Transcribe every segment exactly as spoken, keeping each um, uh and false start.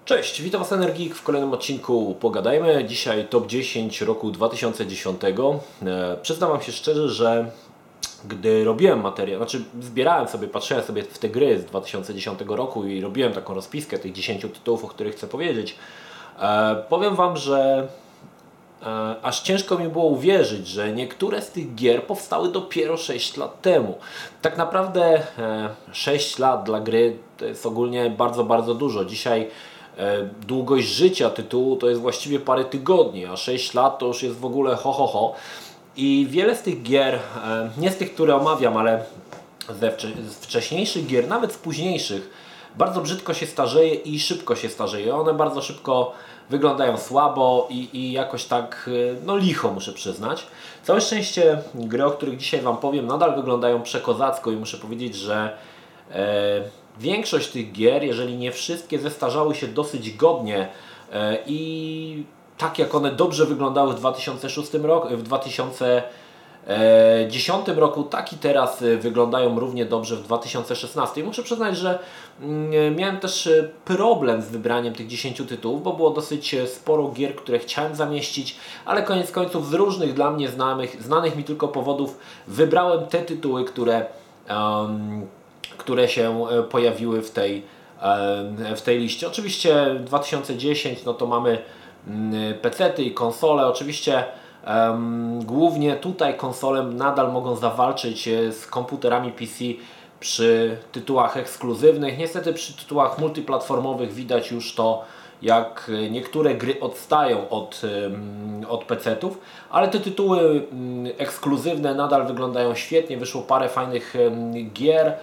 Cześć, witam Was Energik w kolejnym odcinku Pogadajmy. Dzisiaj top dziesięć roku dwa tysiące dziesiątego. E, przyznam Wam się szczerze, że gdy robiłem materiał, znaczy zbierałem sobie, patrzyłem sobie w te gry z dwa tysiące dziesiątego roku i robiłem taką rozpiskę tych dziesięciu tytułów, o których chcę powiedzieć, e, powiem Wam, że e, aż ciężko mi było uwierzyć, że niektóre z tych gier powstały dopiero sześć lat temu. Tak naprawdę e, sześć lat dla gry to jest ogólnie bardzo, bardzo dużo. Dzisiaj długość życia tytułu to jest właściwie parę tygodni, a sześć lat to już jest w ogóle ho ho ho. I wiele z tych gier, nie z tych, które omawiam, ale ze wcześniejszych gier, nawet z późniejszych, bardzo brzydko się starzeje i szybko się starzeje. One bardzo szybko wyglądają słabo i, i jakoś tak, no licho, muszę przyznać. Całe szczęście gry, o których dzisiaj Wam powiem, nadal wyglądają przekozacko i muszę powiedzieć, że e, większość tych gier, jeżeli nie wszystkie, zestarzały się dosyć godnie e, i tak jak one dobrze wyglądały w dwa tysiące szóstym roku, w dwa tysiące dziesiątym roku, tak i teraz wyglądają równie dobrze w dwa tysiące szesnastym. I muszę przyznać, że mm, miałem też problem z wybraniem tych dziesięciu tytułów, bo było dosyć sporo gier, które chciałem zamieścić, ale koniec końców z różnych dla mnie znanych, znanych mi tylko powodów wybrałem te tytuły, które um, które się pojawiły w tej, w tej liście. Oczywiście dwa tysiące dziesiąty, no to mamy pecety i konsole. Oczywiście um, głównie tutaj konsole nadal mogą zawalczyć z komputerami P C przy tytułach ekskluzywnych. Niestety przy tytułach multiplatformowych widać już to, jak niektóre gry odstają od, od pecetów, ale te tytuły ekskluzywne nadal wyglądają świetnie. Wyszło parę fajnych gier,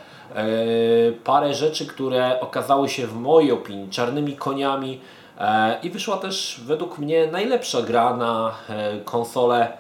parę rzeczy, które okazały się w mojej opinii czarnymi koniami i wyszła też według mnie najlepsza gra na konsolę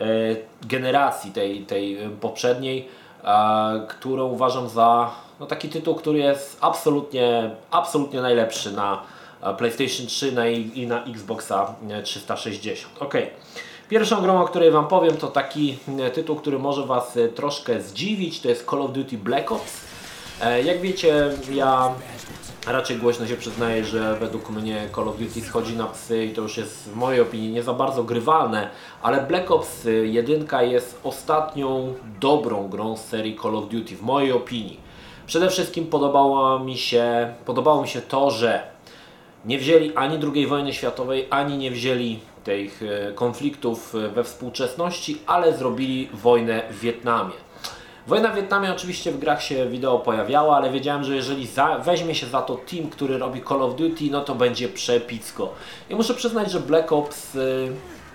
generacji tej, tej poprzedniej, którą uważam za no, taki tytuł, który jest absolutnie, absolutnie najlepszy na PlayStation trzy na i na Xboxa trzysta sześćdziesiąt. Ok. Pierwszą grą, o której Wam powiem, to taki tytuł, który może Was troszkę zdziwić, to jest Call of Duty Black Ops. Jak wiecie, ja raczej głośno się przyznaję, że według mnie Call of Duty schodzi na psy i to już jest w mojej opinii nie za bardzo grywalne, ale Black Ops jeden jest ostatnią dobrą grą z serii Call of Duty w mojej opinii. Przede wszystkim podobało mi się, podobało mi się to, że nie wzięli ani drugiej wojny światowej, ani nie wzięli tych konfliktów we współczesności, ale zrobili wojnę w Wietnamie. Wojna w Wietnamie oczywiście w grach się wideo pojawiała, ale wiedziałem, że jeżeli za, weźmie się za to team, który robi Call of Duty, no to będzie przepicko. I muszę przyznać, że Black Ops y,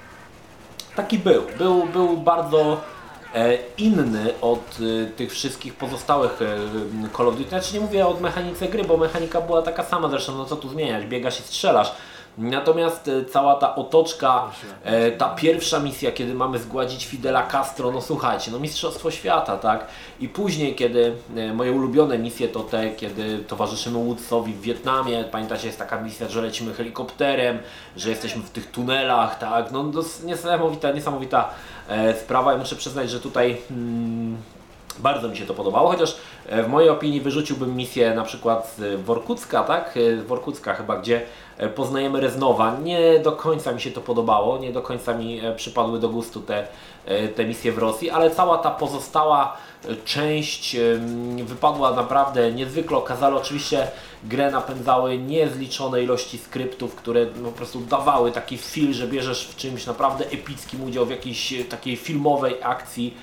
taki był. Był, był bardzo e, inny od y, tych wszystkich pozostałych y, Call of Duty. Znaczy nie mówię o mechanice gry, bo mechanika była taka sama zresztą, no co tu zmieniać, biegasz i strzelasz. Natomiast cała ta otoczka, ta pierwsza misja, kiedy mamy zgładzić Fidela Castro, no słuchajcie, no mistrzostwo świata, tak? I później, kiedy moje ulubione misje to te, kiedy towarzyszymy Woodsowi w Wietnamie, pamiętacie, jest taka misja, że lecimy helikopterem, że jesteśmy w tych tunelach, tak? No niesamowita, niesamowita sprawa i muszę przyznać, że tutaj hmm, bardzo mi się to podobało, chociaż w mojej opinii wyrzuciłbym misję na przykład z Workucka, tak? Z Workucka chyba, gdzie poznajemy Reznowa. Nie do końca mi się to podobało, nie do końca mi przypadły do gustu te, te misje w Rosji, ale cała ta pozostała część wypadła naprawdę niezwykle okazale. Oczywiście grę napędzały niezliczone ilości skryptów, które po prostu dawały taki feel, że bierzesz w czymś naprawdę epickim udział, w jakiejś takiej filmowej akcji.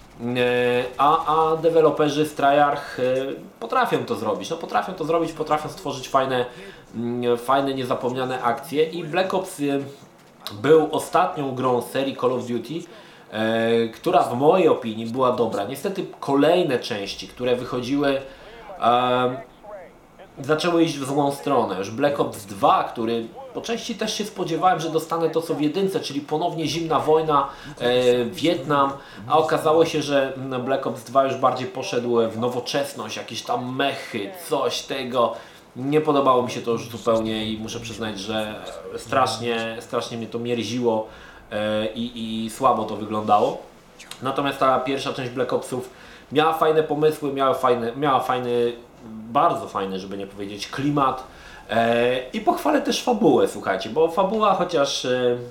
A, a deweloperzy z Treyarch potrafią to zrobić, no potrafią to zrobić, potrafią stworzyć fajne, fajne niezapomniane akcje i Black Ops był ostatnią grą serii Call of Duty, która w mojej opinii była dobra. Niestety kolejne części, które wychodziły, zaczęły iść w złą stronę. Już Black Ops dwa, który po części też się spodziewałem, że dostanę to co w jedynce, czyli ponownie zimna wojna, e, Wietnam, a okazało się, że Black Ops dwa już bardziej poszedł w nowoczesność, jakieś tam mechy, coś tego. Nie podobało mi się to już zupełnie i muszę przyznać, że strasznie, strasznie mnie to mierziło e, i, i słabo to wyglądało. Natomiast ta pierwsza część Black Opsów miała fajne pomysły, miała fajny, miała fajny, bardzo fajny, żeby nie powiedzieć, klimat. I pochwalę też fabułę, słuchajcie, bo fabuła chociaż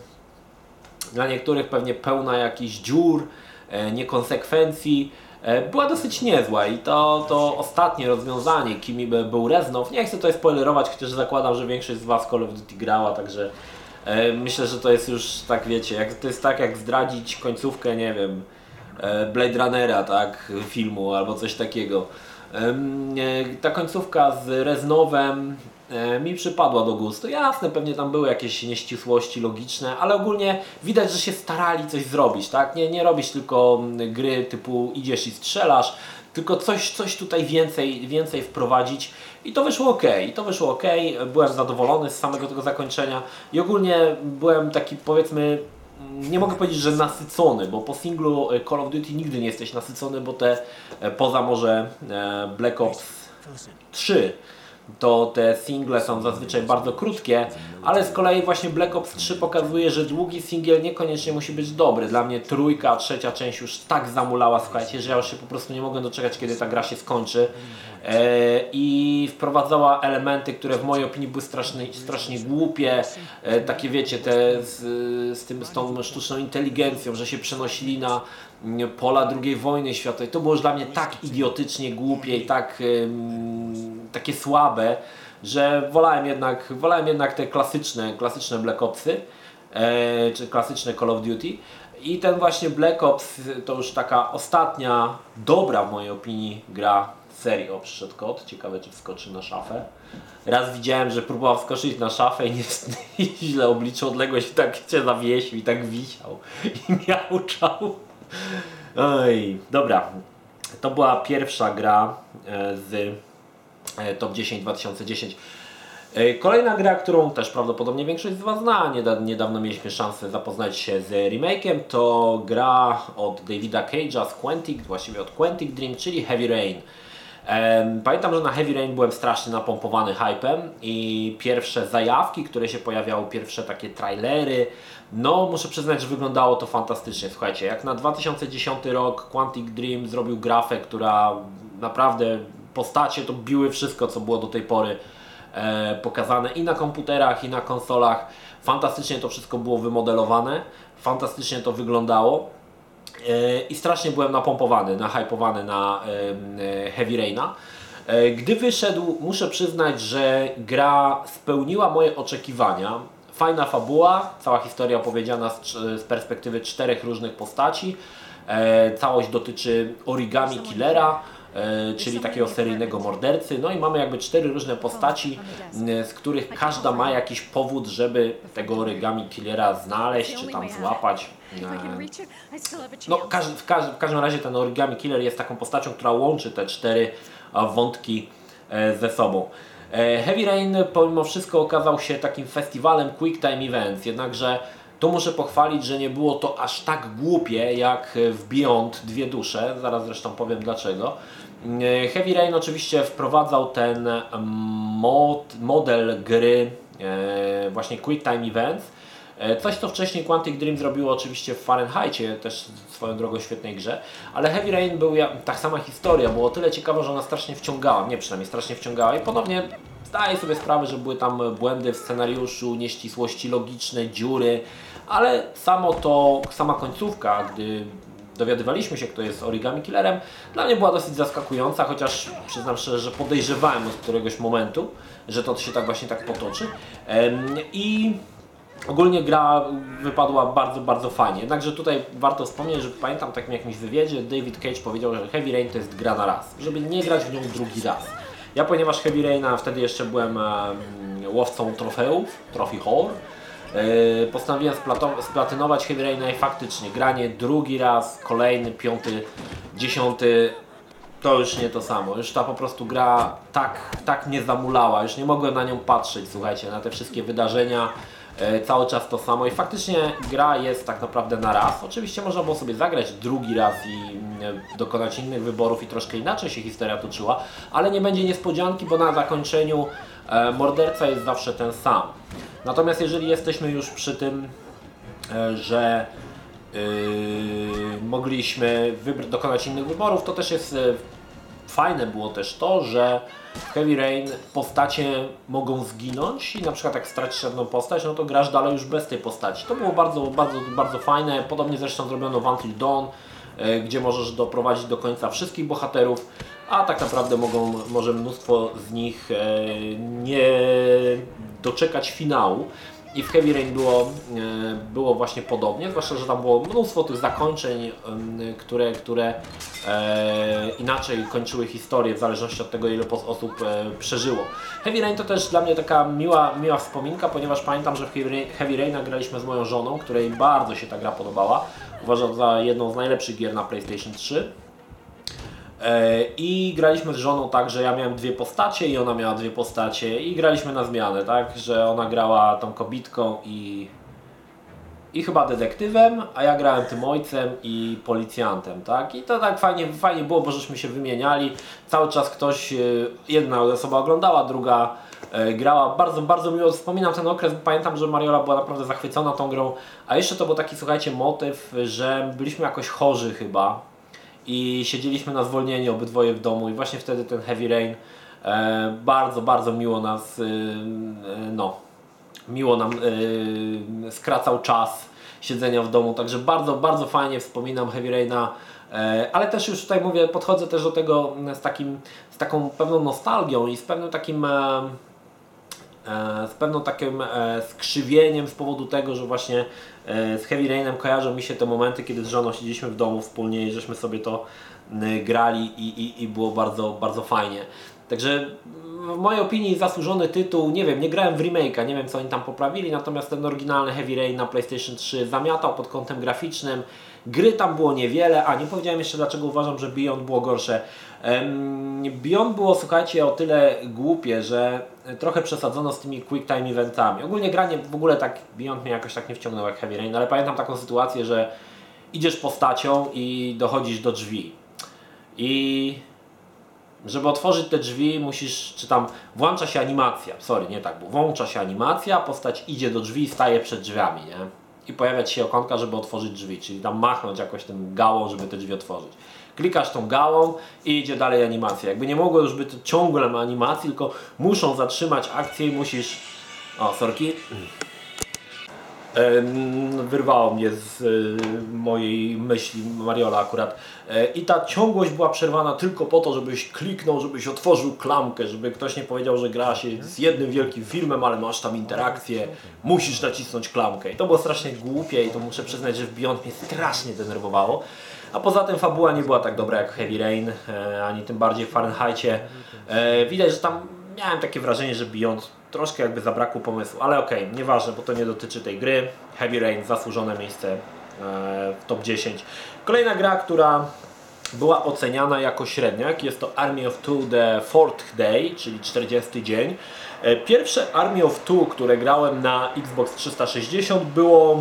dla niektórych pewnie pełna jakichś dziur, niekonsekwencji, była dosyć niezła i to, to ostatnie rozwiązanie, kim był Reznov, nie chcę tutaj spoilerować, chociaż zakładam, że większość z Was Call of Duty grała, także myślę, że to jest już tak, wiecie, jak, to jest tak jak zdradzić końcówkę, nie wiem, Blade Runnera, tak, filmu albo coś takiego. Ta końcówka z Reznowem mi przypadła do gustu. Jasne, pewnie tam były jakieś nieścisłości logiczne, ale ogólnie widać, że się starali coś zrobić, tak? Nie, nie robić tylko gry typu idziesz i strzelasz, tylko coś, coś tutaj więcej, więcej wprowadzić i to wyszło ok, i to wyszło ok, byłem zadowolony z samego tego zakończenia i ogólnie byłem taki, powiedzmy, nie mogę powiedzieć, że nasycony, bo po singlu Call of Duty nigdy nie jesteś nasycony, bo te, poza może Black Ops trzy, to te single są zazwyczaj bardzo krótkie, ale z kolei właśnie Black Ops trzy pokazuje, że długi singiel niekoniecznie musi być dobry. Dla mnie trójka, trzecia część już tak zamulała, słuchajcie, że ja już się po prostu nie mogę doczekać, kiedy ta gra się skończy. E, I wprowadzała elementy, które w mojej opinii były strasznie, strasznie głupie, e, takie wiecie, te z, z, tym, z tą sztuczną inteligencją, że się przenosili na pola drugiej wojny światowej. To było już dla mnie tak idiotycznie głupie i tak ym, takie słabe, że wolałem jednak, wolałem jednak te klasyczne, klasyczne Black Opsy, e, czy klasyczne Call of Duty. I ten właśnie Black Ops to już taka ostatnia, dobra w mojej opinii gra serii. O, przyszedł kot, ciekawe czy wskoczy na szafę. Raz widziałem, że próbował wskoczyć na szafę i, nie, i źle obliczył odległość i tak cię zawiesił i tak wisiał i miauczał. Oj, dobra. To była pierwsza gra z Top dziesięć dwa tysiące dziesięć. Kolejna gra, którą też prawdopodobnie większość z Was zna, niedawno mieliśmy szansę zapoznać się z remake'iem, to gra od Davida Cage'a z Quantic, właściwie od Quantic Dream, czyli Heavy Rain. Pamiętam, że na Heavy Rain byłem strasznie napompowany hypem i pierwsze zajawki, które się pojawiały, pierwsze takie trailery, no muszę przyznać, że wyglądało to fantastycznie. Słuchajcie, jak na dwa tysiące dziesiąty rok Quantic Dream zrobił grafę, która naprawdę, postacie to biły wszystko, co było do tej pory e, pokazane i na komputerach, i na konsolach. Fantastycznie to wszystko było wymodelowane, fantastycznie to wyglądało. I strasznie byłem napompowany, nahypowany na Heavy Raina. Gdy wyszedł, muszę przyznać, że gra spełniła moje oczekiwania. Fajna fabuła, cała historia opowiedziana z, z perspektywy czterech różnych postaci. Całość dotyczy Origami Killera, czyli takiego seryjnego mordercy. No i mamy jakby cztery różne postaci, z których każda ma jakiś powód, żeby tego Origami Killera znaleźć, czy tam złapać. No, każdy, w, każdym, w każdym razie ten Origami Killer jest taką postacią, która łączy te cztery wątki ze sobą. Heavy Rain pomimo wszystko okazał się takim festiwalem Quick Time Events, jednakże tu muszę pochwalić, że nie było to aż tak głupie jak w Beyond Dwie Dusze, zaraz zresztą powiem dlaczego. Heavy Rain oczywiście wprowadzał ten mod, model gry właśnie Quick Time Events, coś co wcześniej Quantic Dream zrobiło oczywiście w Fahrenheitie, też swoją drogą świetnej grze, ale Heavy Rain był tak sama historia, było o tyle ciekawa, że ona strasznie wciągała, mnie przynajmniej strasznie wciągała i ponownie zdaję sobie sprawę, że były tam błędy w scenariuszu, nieścisłości logiczne, dziury, ale samo to, sama końcówka, gdy dowiadywaliśmy się, kto jest Origami Killerem, dla mnie była dosyć zaskakująca, chociaż przyznam szczerze, że podejrzewałem od któregoś momentu, że to się tak właśnie tak potoczy. I ogólnie gra wypadła bardzo, bardzo fajnie. Jednakże tutaj warto wspomnieć, że pamiętam w takim jakimś wywiadzie David Cage powiedział, że Heavy Rain to jest gra na raz, żeby nie grać w nią drugi raz. Ja ponieważ Heavy Raina wtedy jeszcze byłem um, łowcą trofeów, Trophy Horror, yy, postanowiłem splatynować Heavy Raina i faktycznie granie drugi raz, kolejny, piąty, dziesiąty, to już nie to samo. Już ta po prostu gra tak, tak mnie zamulała, już nie mogłem na nią patrzeć, słuchajcie, na te wszystkie wydarzenia. Cały czas to samo i faktycznie gra jest tak naprawdę na raz. Oczywiście można było sobie zagrać drugi raz i dokonać innych wyborów i troszkę inaczej się historia toczyła, ale nie będzie niespodzianki, bo na zakończeniu morderca jest zawsze ten sam. Natomiast jeżeli jesteśmy już przy tym, że yy, mogliśmy dokonać innych wyborów, to też jest fajne było też to, że w Heavy Rain postacie mogą zginąć i na przykład jak stracisz jedną postać, no to grasz dalej już bez tej postaci. To było bardzo, bardzo, bardzo fajne. Podobnie zresztą zrobiono w Until Dawn, gdzie możesz doprowadzić do końca wszystkich bohaterów, a tak naprawdę mogą, może mnóstwo z nich nie doczekać finału. I w Heavy Rain było, było właśnie podobnie, zwłaszcza, że tam było mnóstwo tych zakończeń, które, które e, inaczej kończyły historię w zależności od tego, ile osób e, przeżyło. Heavy Rain to też dla mnie taka miła, miła wspominka, ponieważ pamiętam, że w Heavy, Rain, Heavy Raina graliśmy z moją żoną, której bardzo się ta gra podobała. Uważam za jedną z najlepszych gier na PlayStation trzy. I graliśmy z żoną tak, że ja miałem dwie postacie i ona miała dwie postacie i graliśmy na zmianę, tak, że ona grała tą kobitką i, i chyba detektywem, a ja grałem tym ojcem i policjantem, tak, i to tak fajnie, fajnie było, bo żeśmy się wymieniali, cały czas ktoś, jedna osoba oglądała, druga grała, bardzo, bardzo miło wspominam ten okres, bo pamiętam, że Mariola była naprawdę zachwycona tą grą, a jeszcze to był taki, słuchajcie, motyw, że byliśmy jakoś chorzy chyba, i siedzieliśmy na zwolnieniu obydwoje w domu i właśnie wtedy ten Heavy Rain e, bardzo, bardzo miło nas, e, no, miło nam e, skracał czas siedzenia w domu, także bardzo, bardzo fajnie wspominam Heavy Raina, e, ale też już tutaj mówię, podchodzę też do tego z, takim, z taką pewną nostalgią i z pewnym takim e, z pewną takim skrzywieniem z powodu tego, że właśnie z Heavy Rainem kojarzą mi się te momenty, kiedy z żoną siedzieliśmy w domu wspólnie i żeśmy sobie to grali i, i, i było bardzo, bardzo fajnie. Także w mojej opinii zasłużony tytuł, nie wiem, nie grałem w remake'a, nie wiem co oni tam poprawili, natomiast ten oryginalny Heavy Rain na PlayStation trzy zamiatał pod kątem graficznym. Gry tam było niewiele, a nie powiedziałem jeszcze dlaczego uważam, że Beyond było gorsze. Beyond było, słuchajcie, o tyle głupie, że trochę przesadzono z tymi quick time eventami. Ogólnie granie w ogóle tak, Beyond mnie jakoś tak nie wciągnął jak Heavy Rain, ale pamiętam taką sytuację, że idziesz postacią i dochodzisz do drzwi. I żeby otworzyć te drzwi musisz, czy tam włącza się animacja, sorry, nie tak, bo włącza się animacja, postać idzie do drzwi i staje przed drzwiami, nie? I pojawia ci się okonka, żeby otworzyć drzwi, czyli tam machnąć jakoś tym gałą, żeby te drzwi otworzyć. Klikasz tą gałą i idzie dalej animacja. Jakby nie mogło już być ciągle animacji, tylko muszą zatrzymać akcję i musisz... O, sorki. Wyrwało mnie z mojej myśli Mariola akurat. I ta ciągłość była przerwana tylko po to, żebyś kliknął, żebyś otworzył klamkę, żeby ktoś nie powiedział, że gra się z jednym wielkim filmem, ale masz tam interakcję, musisz nacisnąć klamkę. I to było strasznie głupie i to muszę przyznać, że w Beyond mnie strasznie denerwowało. A poza tym fabuła nie była tak dobra jak Heavy Rain, ani tym bardziej w Fahrenheicie. Widać, że tam miałem takie wrażenie, że Beyond troszkę jakby zabrakło pomysłu, ale okej, okay, nieważne, bo to nie dotyczy tej gry. Heavy Rain, zasłużone miejsce w top dziesięć. Kolejna gra, która była oceniana jako średniak, jest to Army of Two The Fourth Day, czyli czterdziesty dzień. Pierwsze Army of Two, które grałem na Xbox trzysta sześćdziesiąt, było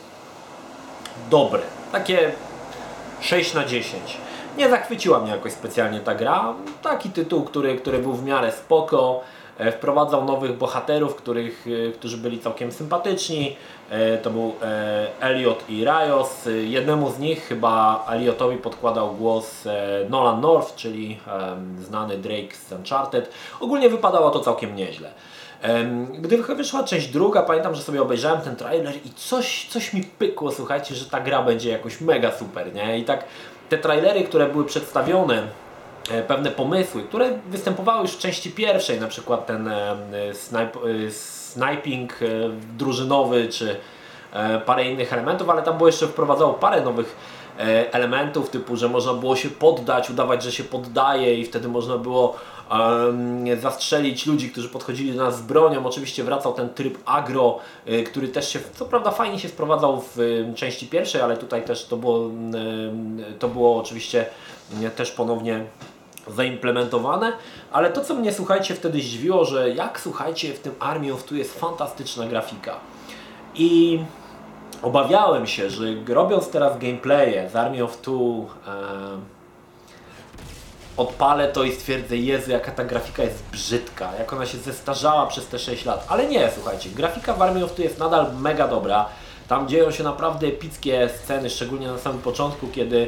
dobre, takie sześć na dziesięć. Nie zachwyciła mnie jakoś specjalnie ta gra. Taki tytuł, który, który był w miarę spoko. Wprowadzał nowych bohaterów, których, którzy byli całkiem sympatyczni. To był Elliot i Rios. Jednemu z nich, chyba Elliotowi, podkładał głos Nolan North, czyli znany Drake z Uncharted. Ogólnie wypadało to całkiem nieźle. Gdy wyszła część druga, pamiętam, że sobie obejrzałem ten trailer i coś, coś mi pykło, słuchajcie, że ta gra będzie jakoś mega super, nie? I tak te trailery, które były przedstawione, pewne pomysły, które występowały już w części pierwszej, na przykład ten snipe, sniping drużynowy, czy parę innych elementów, ale tam było jeszcze wprowadzało parę nowych elementów, typu, że można było się poddać, udawać, że się poddaje i wtedy można było um, zastrzelić ludzi, którzy podchodzili do nas z bronią. Oczywiście wracał ten tryb agro, y, który też się, co prawda fajnie się sprowadzał w y, części pierwszej, ale tutaj też to było, y, to było oczywiście y, też ponownie zaimplementowane, ale to co mnie, słuchajcie, wtedy zdziwiło, że jak, słuchajcie, w tym Army of Two jest fantastyczna grafika i obawiałem się, że robiąc teraz gameplaye z Army of Two e, odpalę to i stwierdzę, Jezu, jaka ta grafika jest brzydka, jak ona się zestarzała przez te sześć lat, ale nie, słuchajcie, grafika w Army of Two jest nadal mega dobra, tam dzieją się naprawdę epickie sceny, szczególnie na samym początku, kiedy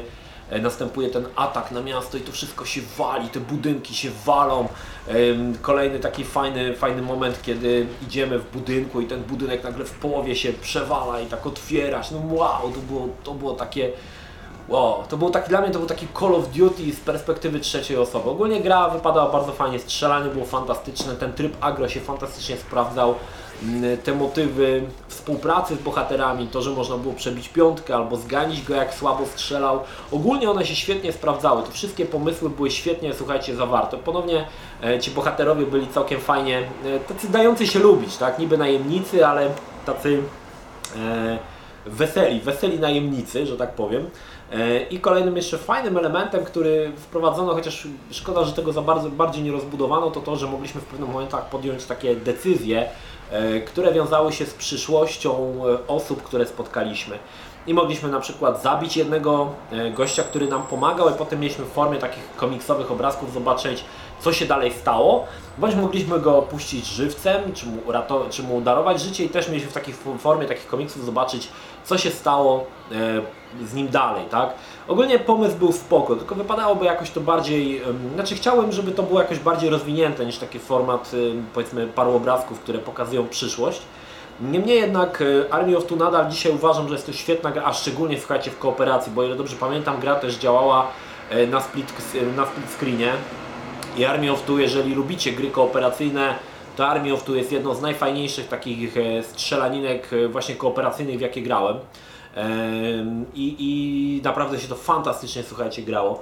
e, następuje ten atak na miasto i to wszystko się wali, te budynki się walą. E, kolejny taki fajny, fajny moment, kiedy idziemy w budynku i ten budynek nagle w połowie się przewala i tak otwierać. No wow, to było, to było takie... Wow, to był taki, dla mnie to był taki Call of Duty z perspektywy trzeciej osoby. Ogólnie gra wypadała bardzo fajnie, strzelanie było fantastyczne, ten tryb agro się fantastycznie sprawdzał. Te motywy współpracy z bohaterami, to, że można było przebić piątkę albo zganić go jak słabo strzelał. Ogólnie one się świetnie sprawdzały, te wszystkie pomysły były świetnie, słuchajcie, zawarte. Ponownie e, ci bohaterowie byli całkiem fajnie, e, tacy dający się lubić, tak? Niby najemnicy, ale tacy e, weseli, weseli najemnicy, że tak powiem. I kolejnym jeszcze fajnym elementem, który wprowadzono, chociaż szkoda, że tego za bardzo bardziej nie rozbudowano, to to, że mogliśmy w pewnych momentach podjąć takie decyzje, które wiązały się z przyszłością osób, które spotkaliśmy. I mogliśmy na przykład zabić jednego gościa, który nam pomagał, i potem mieliśmy w formie takich komiksowych obrazków zobaczyć, co się dalej stało, bądź mogliśmy go puścić żywcem, czy mu, czy mu darować życie, i też mieliśmy w takiej formie takich komiksów zobaczyć, co się stało e, z nim dalej, tak? Ogólnie pomysł był spoko, tylko wypadałoby jakoś to bardziej, e, znaczy chciałem, żeby to było jakoś bardziej rozwinięte niż taki format, e, powiedzmy, paru obrazków, które pokazują przyszłość. Niemniej jednak Army of Two nadal dzisiaj uważam, że jest to świetna gra, a szczególnie, słuchajcie, w kooperacji, bo o ile dobrze pamiętam, gra też działała na split, na split screenie. I Army of Two, jeżeli lubicie gry kooperacyjne, to Army of Two jest jedną z najfajniejszych takich strzelaninek właśnie kooperacyjnych, w jakie grałem. I, i naprawdę się to fantastycznie, słuchajcie, grało.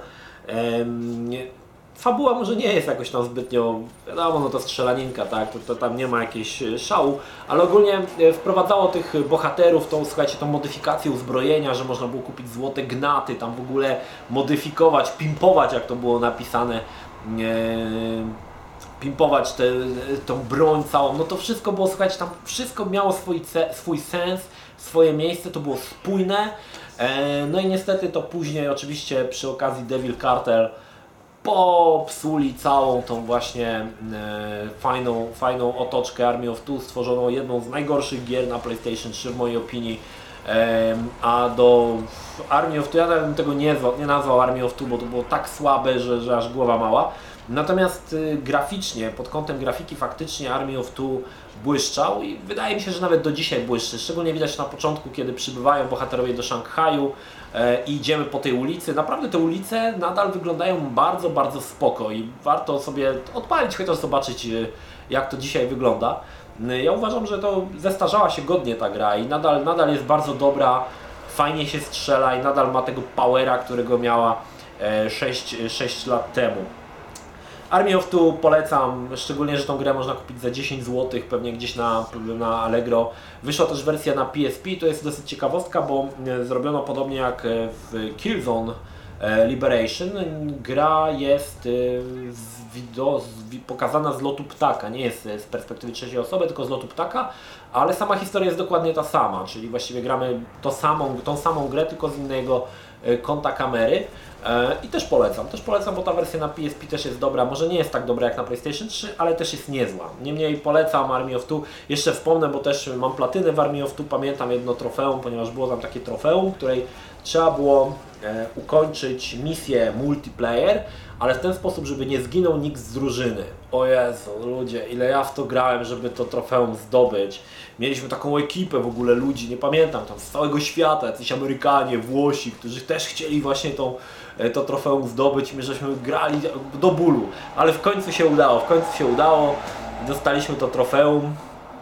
Fabuła może nie jest jakoś tam zbytnio, wiadomo, no to strzelaninka, tak, to, to tam nie ma jakiegoś szału, ale ogólnie wprowadzało tych bohaterów, tą, słuchajcie, tą modyfikację uzbrojenia, że można było kupić złote gnaty, tam w ogóle modyfikować, pimpować, jak to było napisane, pimpować tę tą broń całą, no to wszystko było, słuchajcie, tam wszystko miało swój, swój sens, swoje miejsce, to było spójne. No i niestety to później oczywiście przy okazji Devil Cartel popsuli całą tą właśnie e, fajną, fajną otoczkę Army of Two, stworzoną jedną z najgorszych gier na PlayStation trzy w mojej opinii. E, a do Army of Two, ja bym tego nie, nie nazwał Army of Two, bo to było tak słabe, że, że aż głowa mała. Natomiast y, graficznie, pod kątem grafiki faktycznie Army of Two błyszczał i wydaje mi się, że nawet do dzisiaj błyszczy. Szczególnie widać na początku, kiedy przybywają bohaterowie do Szanghaju e, i idziemy po tej ulicy. Naprawdę te ulice nadal wyglądają bardzo, bardzo spoko i warto sobie odpalić, chociaż zobaczyć, y, jak to dzisiaj wygląda. Y, ja uważam, że to zestarzała się godnie ta gra i nadal, nadal jest bardzo dobra, fajnie się strzela i nadal ma tego powera, którego miała e, sześć lat temu. Army of Two polecam, szczególnie, że tą grę można kupić za dziesięć złotych, pewnie gdzieś na, na Allegro. Wyszła też wersja na P S P, to jest dosyć ciekawostka, bo zrobiono podobnie jak w Killzone Liberation. Gra jest z wido, z, pokazana z lotu ptaka, nie jest z perspektywy trzeciej osoby, tylko z lotu ptaka, ale sama historia jest dokładnie ta sama, czyli właściwie gramy to samą, tą samą grę, tylko z innego kąta kamery. I też polecam, też polecam, bo ta wersja na P S P też jest dobra, może nie jest tak dobra jak na PlayStation trzy, ale też jest niezła. Niemniej polecam Army of Two. Jeszcze wspomnę, bo też mam platynę w Army of Two, pamiętam jedno trofeum, ponieważ było tam takie trofeum, w której trzeba było e, ukończyć misję multiplayer, ale w ten sposób, żeby nie zginął nikt z drużyny. O Jezu, ludzie, ile ja w to grałem, żeby to trofeum zdobyć. Mieliśmy taką ekipę w ogóle ludzi, nie pamiętam, tam z całego świata, jacyś Amerykanie, Włosi, którzy też chcieli właśnie tą, to trofeum zdobyć. My żeśmy grali do bólu, ale w końcu się udało, w końcu się udało, dostaliśmy to trofeum.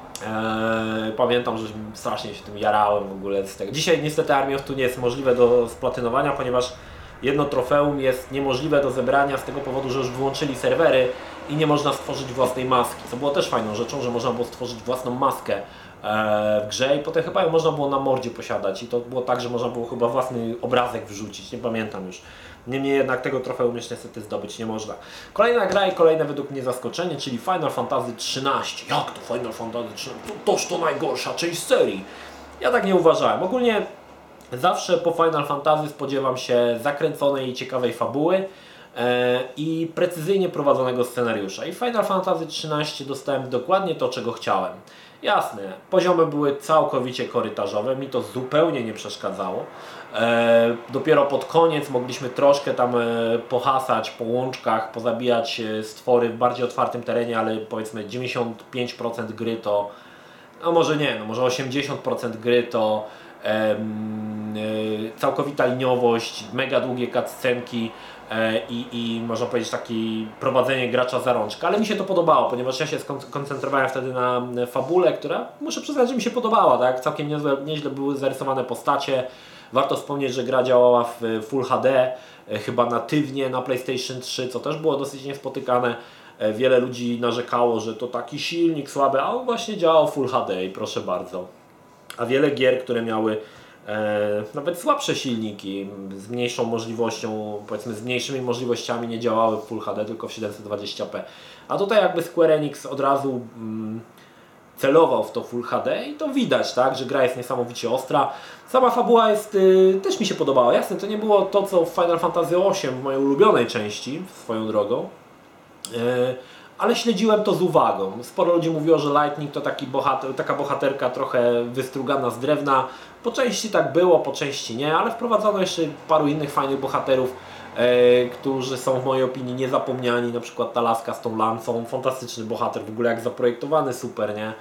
Eee, pamiętam, że strasznie się tym jarałem w ogóle z tego. Dzisiaj niestety Army of Two nie jest możliwe do splatynowania, ponieważ jedno trofeum jest niemożliwe do zebrania z tego powodu, że już wyłączyli serwery i nie można stworzyć własnej maski, co było też fajną rzeczą, że można było stworzyć własną maskę w grze i potem chyba ją można było na mordzie posiadać i to było tak, że można było chyba własny obrazek wrzucić, nie pamiętam już. Niemniej jednak tego trofeum już niestety zdobyć nie można. Kolejna gra i kolejne według mnie zaskoczenie, czyli Final Fantasy trzynaście. Jak to Final Fantasy trzynaście? To, toż to najgorsza część serii. Ja tak nie uważałem. Ogólnie zawsze po Final Fantasy spodziewam się zakręconej i ciekawej fabuły i precyzyjnie prowadzonego scenariusza. I w Final Fantasy trzynaście dostałem dokładnie to, czego chciałem. Jasne, poziomy były całkowicie korytarzowe, mi to zupełnie nie przeszkadzało. E, dopiero pod koniec mogliśmy troszkę tam e, pohasać po łączkach, pozabijać e, stwory w bardziej otwartym terenie, ale powiedzmy dziewięćdziesiąt pięć procent gry to, no może nie, no może osiemdziesiąt procent gry to e, e, całkowita liniowość, mega długie cutscenki, I, i można powiedzieć takie prowadzenie gracza za rączkę, ale mi się to podobało, ponieważ ja się skoncentrowałem wtedy na fabule, która muszę przyznać, że mi się podobała, tak? Całkiem niezłe, nieźle były zarysowane postacie. Warto wspomnieć, że gra działała w Full H D, chyba natywnie na PlayStation trzy, co też było dosyć niespotykane. Wiele ludzi narzekało, że to taki silnik słaby, a on właśnie działał Full H D i proszę bardzo. A wiele gier, które miały E, nawet słabsze silniki z mniejszą możliwością, powiedzmy z mniejszymi możliwościami nie działały w Full H D, tylko w siedemset dwadzieścia p. A tutaj jakby Square Enix od razu mm, celował w to Full H D i to widać, tak, że gra jest niesamowicie ostra. Sama fabuła jest, y, też mi się podobała. Jasne, to nie było to co w Final Fantasy osiem, w mojej ulubionej części, swoją drogą. E, ale śledziłem to z uwagą. Sporo ludzi mówiło, że Lightning to taki bohater, taka bohaterka trochę wystrugana z drewna. Po części tak było, po części nie, ale wprowadzono jeszcze paru innych fajnych bohaterów, e, którzy są w mojej opinii niezapomniani, na przykład ta laska z tą lancą, fantastyczny bohater, w ogóle jak zaprojektowany, super, nie?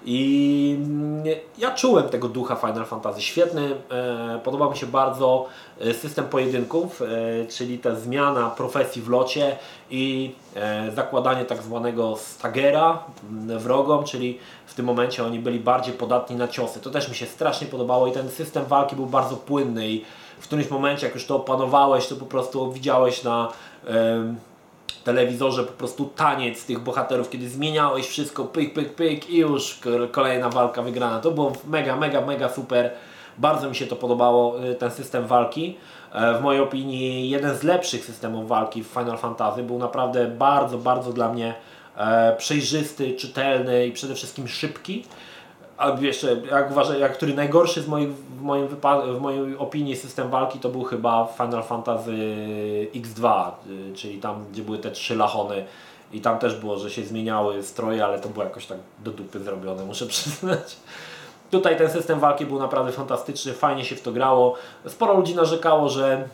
I ja czułem tego ducha Final Fantasy, świetny, e, podoba mi się bardzo system pojedynków, e, czyli ta zmiana profesji w locie i e, zakładanie tak zwanego stagera wrogom, czyli w tym momencie oni byli bardziej podatni na ciosy. To też mi się strasznie podobało i ten system walki był bardzo płynny i w którymś momencie jak już to opanowałeś, to po prostu widziałeś na e, telewizorze po prostu taniec tych bohaterów, kiedy zmieniałeś wszystko, pyk, pyk, pyk i już kolejna walka wygrana. To było mega, mega, mega super. Bardzo mi się to podobało, ten system walki. W mojej opinii jeden z lepszych systemów walki w Final Fantasy. Był naprawdę bardzo, bardzo dla mnie przejrzysty, czytelny i przede wszystkim szybki. A jeszcze, jak uważam, jak który najgorszy z moich, w, moim w mojej opinii system walki to był chyba Final Fantasy X dwa, czyli tam gdzie były te trzy lachony i tam też było, że się zmieniały stroje, ale to było jakoś tak do dupy zrobione, muszę przyznać. Tutaj ten system walki był naprawdę fantastyczny, fajnie się w to grało. Sporo ludzi narzekało, że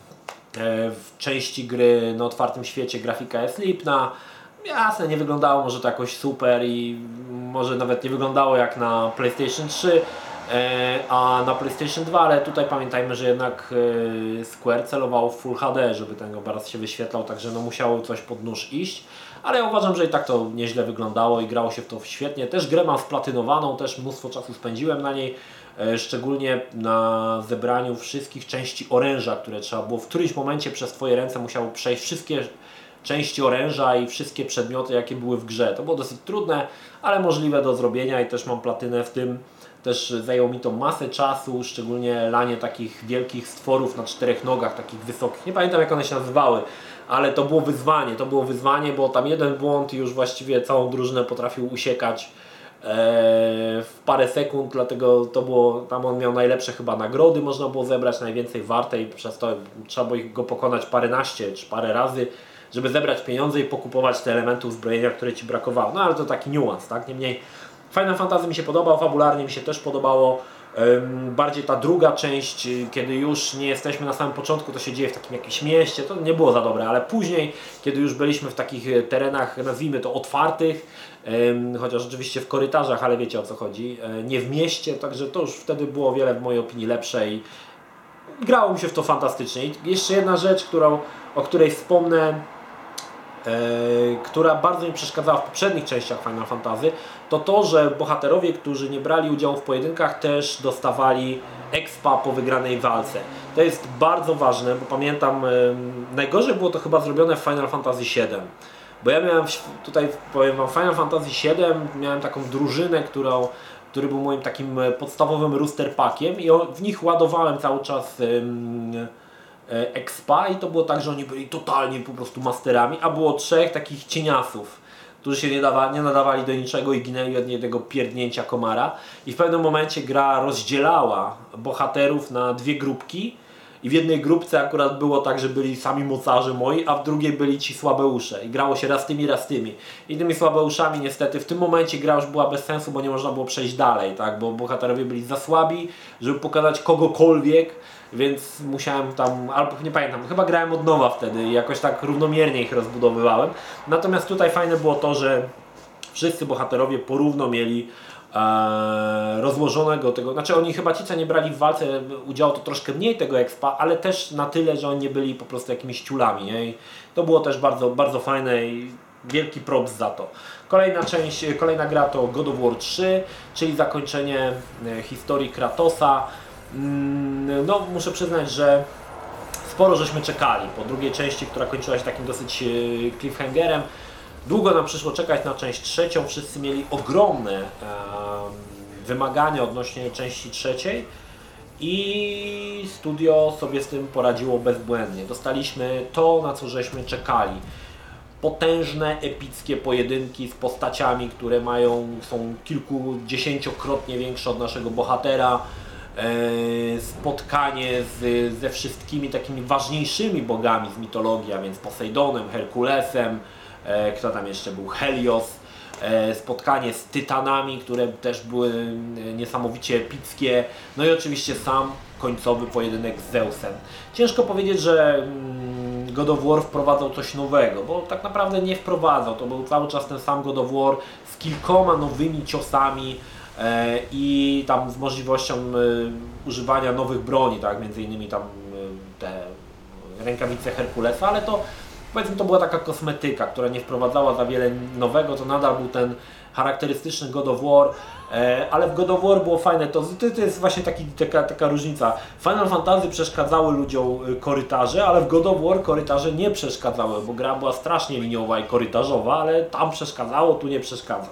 w części gry na otwartym świecie grafika jest lipna. Jasne, nie wyglądało może to jakoś super i może nawet nie wyglądało jak na PlayStation trzy, a na PlayStation dwa, ale tutaj pamiętajmy, że jednak Square celował w Full H D, żeby ten obraz się wyświetlał, także no musiało coś pod nóż iść. Ale ja uważam, że i tak to nieźle wyglądało i grało się w to świetnie. Też grę mam splatynowaną, też mnóstwo czasu spędziłem na niej, szczególnie na zebraniu wszystkich części oręża, które trzeba było w którymś momencie przez Twoje ręce musiało przejść wszystkie części oręża i wszystkie przedmioty, jakie były w grze. To było dosyć trudne, ale możliwe do zrobienia i też mam platynę w tym. Też zajęło mi to masę czasu, szczególnie lanie takich wielkich stworów na czterech nogach, takich wysokich. Nie pamiętam jak one się nazywały, ale to było wyzwanie. To było wyzwanie, bo tam jeden błąd i już właściwie całą drużynę potrafił usiekać w parę sekund, dlatego to było, tam on miał najlepsze chyba nagrody, można było zebrać najwięcej warte i przez to trzeba było go pokonać paręnaście czy parę razy, żeby zebrać pieniądze i pokupować te elementy uzbrojenia, które Ci brakowało. No ale to taki niuans, tak? Niemniej Final Fantasy mi się podobał, fabularnie mi się też podobało. Ym, bardziej ta druga część, kiedy już nie jesteśmy na samym początku, to się dzieje w takim jakimś mieście, to nie było za dobre, ale później, kiedy już byliśmy w takich terenach, nazwijmy to otwartych, ym, chociaż oczywiście w korytarzach, ale wiecie o co chodzi, yy, nie w mieście, także to już wtedy było wiele w mojej opinii lepsze i grało mi się w to fantastycznie. I jeszcze jedna rzecz, którą, o której wspomnę, Yy, która bardzo mi przeszkadzała w poprzednich częściach Final Fantasy, to to, że bohaterowie, którzy nie brali udziału w pojedynkach, też dostawali expa po wygranej walce. To jest bardzo ważne, bo pamiętam, yy, najgorzej było to chyba zrobione w Final Fantasy siedem. Bo ja miałem, tutaj powiem Wam, Final Fantasy siedem miałem taką drużynę, którą, który był moim takim podstawowym rooster packiem i w nich ładowałem cały czas yy, expa i to było tak, że oni byli totalnie po prostu masterami, a było trzech takich cieniasów, którzy się nie, dawa, nie nadawali do niczego i ginęli od jednego pierdnięcia komara i w pewnym momencie gra rozdzielała bohaterów na dwie grupki i w jednej grupce akurat było tak, że byli sami mocarze moi, a w drugiej byli ci słabeusze i grało się raz tymi, raz tymi. I tymi słabeuszami niestety w tym momencie gra już była bez sensu, bo nie można było przejść dalej, tak? Bo bohaterowie byli za słabi, żeby pokazać kogokolwiek, więc musiałem tam, albo nie pamiętam, chyba grałem od nowa wtedy i jakoś tak równomiernie ich rozbudowywałem. Natomiast tutaj fajne było to, że wszyscy bohaterowie porówno mieli e, rozłożonego tego, znaczy oni chyba ci, co nie brali w walce udziału, to troszkę mniej tego expa, ale też na tyle, że oni nie byli po prostu jakimiś ciulami, nie? I to było też bardzo, bardzo fajne i wielki props za to. Kolejna część, kolejna gra to God of War trzy, czyli zakończenie historii Kratosa. No muszę przyznać, że sporo żeśmy czekali po drugiej części, która kończyła się takim dosyć cliffhangerem. Długo nam przyszło czekać na część trzecią, wszyscy mieli ogromne e, wymagania odnośnie części trzeciej i studio sobie z tym poradziło bezbłędnie. Dostaliśmy to, na co żeśmy czekali. Potężne, epickie pojedynki z postaciami, które mają, są kilkudziesięciokrotnie większe od naszego bohatera. E, spotkanie z, ze wszystkimi takimi ważniejszymi bogami z mitologii, a więc Posejdonem, Herkulesem, e, kto tam jeszcze był, Helios, e, spotkanie z Tytanami, które też były niesamowicie epickie, no i oczywiście sam końcowy pojedynek z Zeusem. Ciężko powiedzieć, że mm, God of War wprowadzał coś nowego, bo tak naprawdę nie wprowadzał, to był cały czas ten sam God of War z kilkoma nowymi ciosami, i tam z możliwością używania nowych broni, tak, między innymi tam te rękawice Herkulesa, ale to powiedzmy to była taka kosmetyka, która nie wprowadzała za wiele nowego, to nadal był ten charakterystyczny God of War, ale w God of War było fajne, to, to jest właśnie taki, taka, taka różnica. W Final Fantasy przeszkadzały ludziom korytarze, ale w God of War korytarze nie przeszkadzały, bo gra była strasznie liniowa i korytarzowa, ale tam przeszkadzało, tu nie przeszkadza.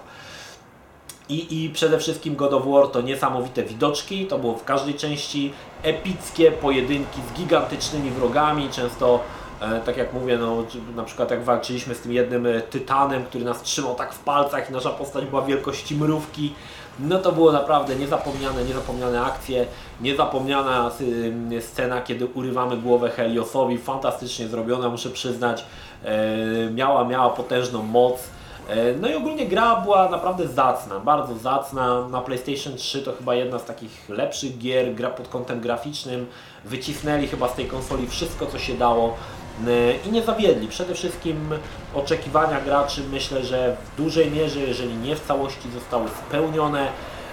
I, I przede wszystkim God of War to niesamowite widoczki, to było w każdej części, epickie pojedynki z gigantycznymi wrogami, często e, tak jak mówię, no, na przykład jak walczyliśmy z tym jednym tytanem, który nas trzymał tak w palcach i nasza postać była wielkości mrówki, no to było naprawdę niezapomniane, niezapomniane akcje, niezapomniana y, scena, kiedy urywamy głowę Heliosowi, fantastycznie zrobiona, muszę przyznać, e, miała, miała potężną moc. No i ogólnie gra była naprawdę zacna, bardzo zacna. Na PlayStation trzy to chyba jedna z takich lepszych gier, gra pod kątem graficznym. Wycisnęli chyba z tej konsoli wszystko, co się dało i nie zawiedli. Przede wszystkim oczekiwania graczy, myślę, że w dużej mierze, jeżeli nie w całości, zostały spełnione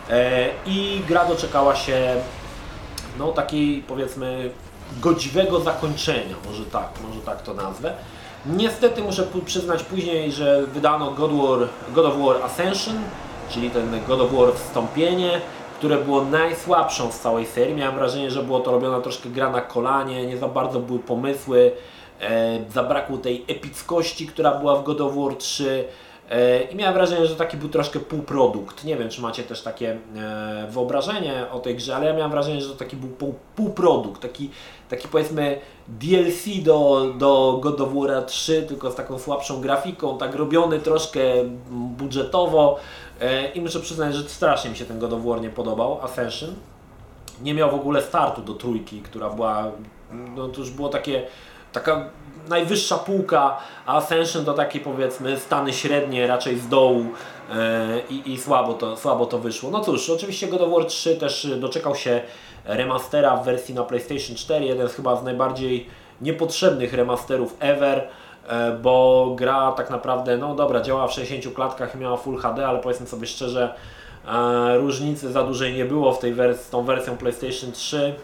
i gra doczekała się no takiej, powiedzmy, godziwego zakończenia, może tak, może tak to nazwę. Niestety muszę przyznać później, że wydano God, War, God of War Ascension, czyli ten God of War Wstąpienie, które było najsłabszą z całej serii. Miałem wrażenie, że było to robione troszkę gra na kolanie, nie za bardzo były pomysły, e, zabrakło tej epickości, która była w God of War trzy. I miałem wrażenie, że taki był troszkę półprodukt. Nie wiem, czy macie też takie e, wyobrażenie o tej grze, ale ja miałem wrażenie, że to taki był pół, półprodukt, taki, taki powiedzmy D L C do, do God of War trzy, tylko z taką słabszą grafiką, tak robiony troszkę budżetowo e, i muszę przyznać, że strasznie mi się ten God of War nie podobał, Ascension. Nie miał w ogóle startu do trójki, która była, no to już było takie, taka najwyższa półka, a Ascension to takie powiedzmy stany średnie, raczej z dołu yy, i, i słabo, to, słabo to wyszło. No cóż, oczywiście God of War trzy też doczekał się remastera w wersji na PlayStation cztery, jeden z chyba z najbardziej niepotrzebnych remasterów ever, yy, bo gra tak naprawdę, no dobra, działała w sześćdziesięciu klatkach i miała Full H D, ale powiedzmy sobie szczerze, yy, różnicy za dużej nie było w tej wers- z tą wersją PlayStation trzy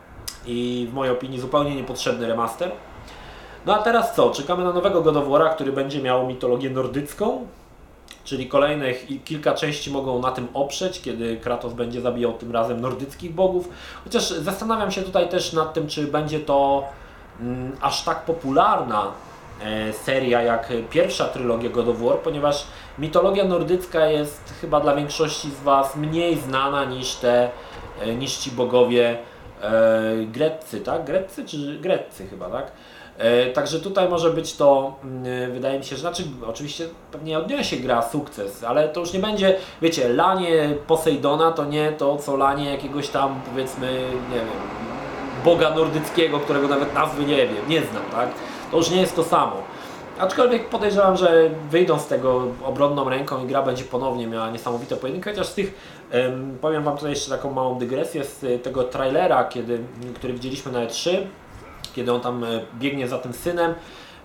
i w mojej opinii zupełnie niepotrzebny remaster. No a teraz co? Czekamy na nowego God of War'a, który będzie miał mitologię nordycką, czyli kolejne kilka części mogą na tym oprzeć, kiedy Kratos będzie zabijał tym razem nordyckich bogów. Chociaż zastanawiam się tutaj też nad tym, czy będzie to mm, aż tak popularna e, seria jak pierwsza trylogia God of War, ponieważ mitologia nordycka jest chyba dla większości z Was mniej znana niż te, e, niż ci bogowie e, greccy, tak? Greccy czy greccy chyba, tak? E, także tutaj może być to, y, wydaje mi się, że znaczy oczywiście pewnie odniesie gra sukces, ale to już nie będzie, wiecie, lanie Posejdona to nie to co lanie jakiegoś tam, powiedzmy, nie wiem, boga nordyckiego, którego nawet nazwy nie wiem, nie znam, tak? To już nie jest to samo. Aczkolwiek podejrzewam, że wyjdą z tego obronną ręką i gra będzie ponownie miała niesamowite pojedynki, chociaż z tych, um, powiem Wam tutaj jeszcze taką małą dygresję z tego trailera, kiedy, który widzieliśmy na E trzy, kiedy on tam biegnie za tym synem.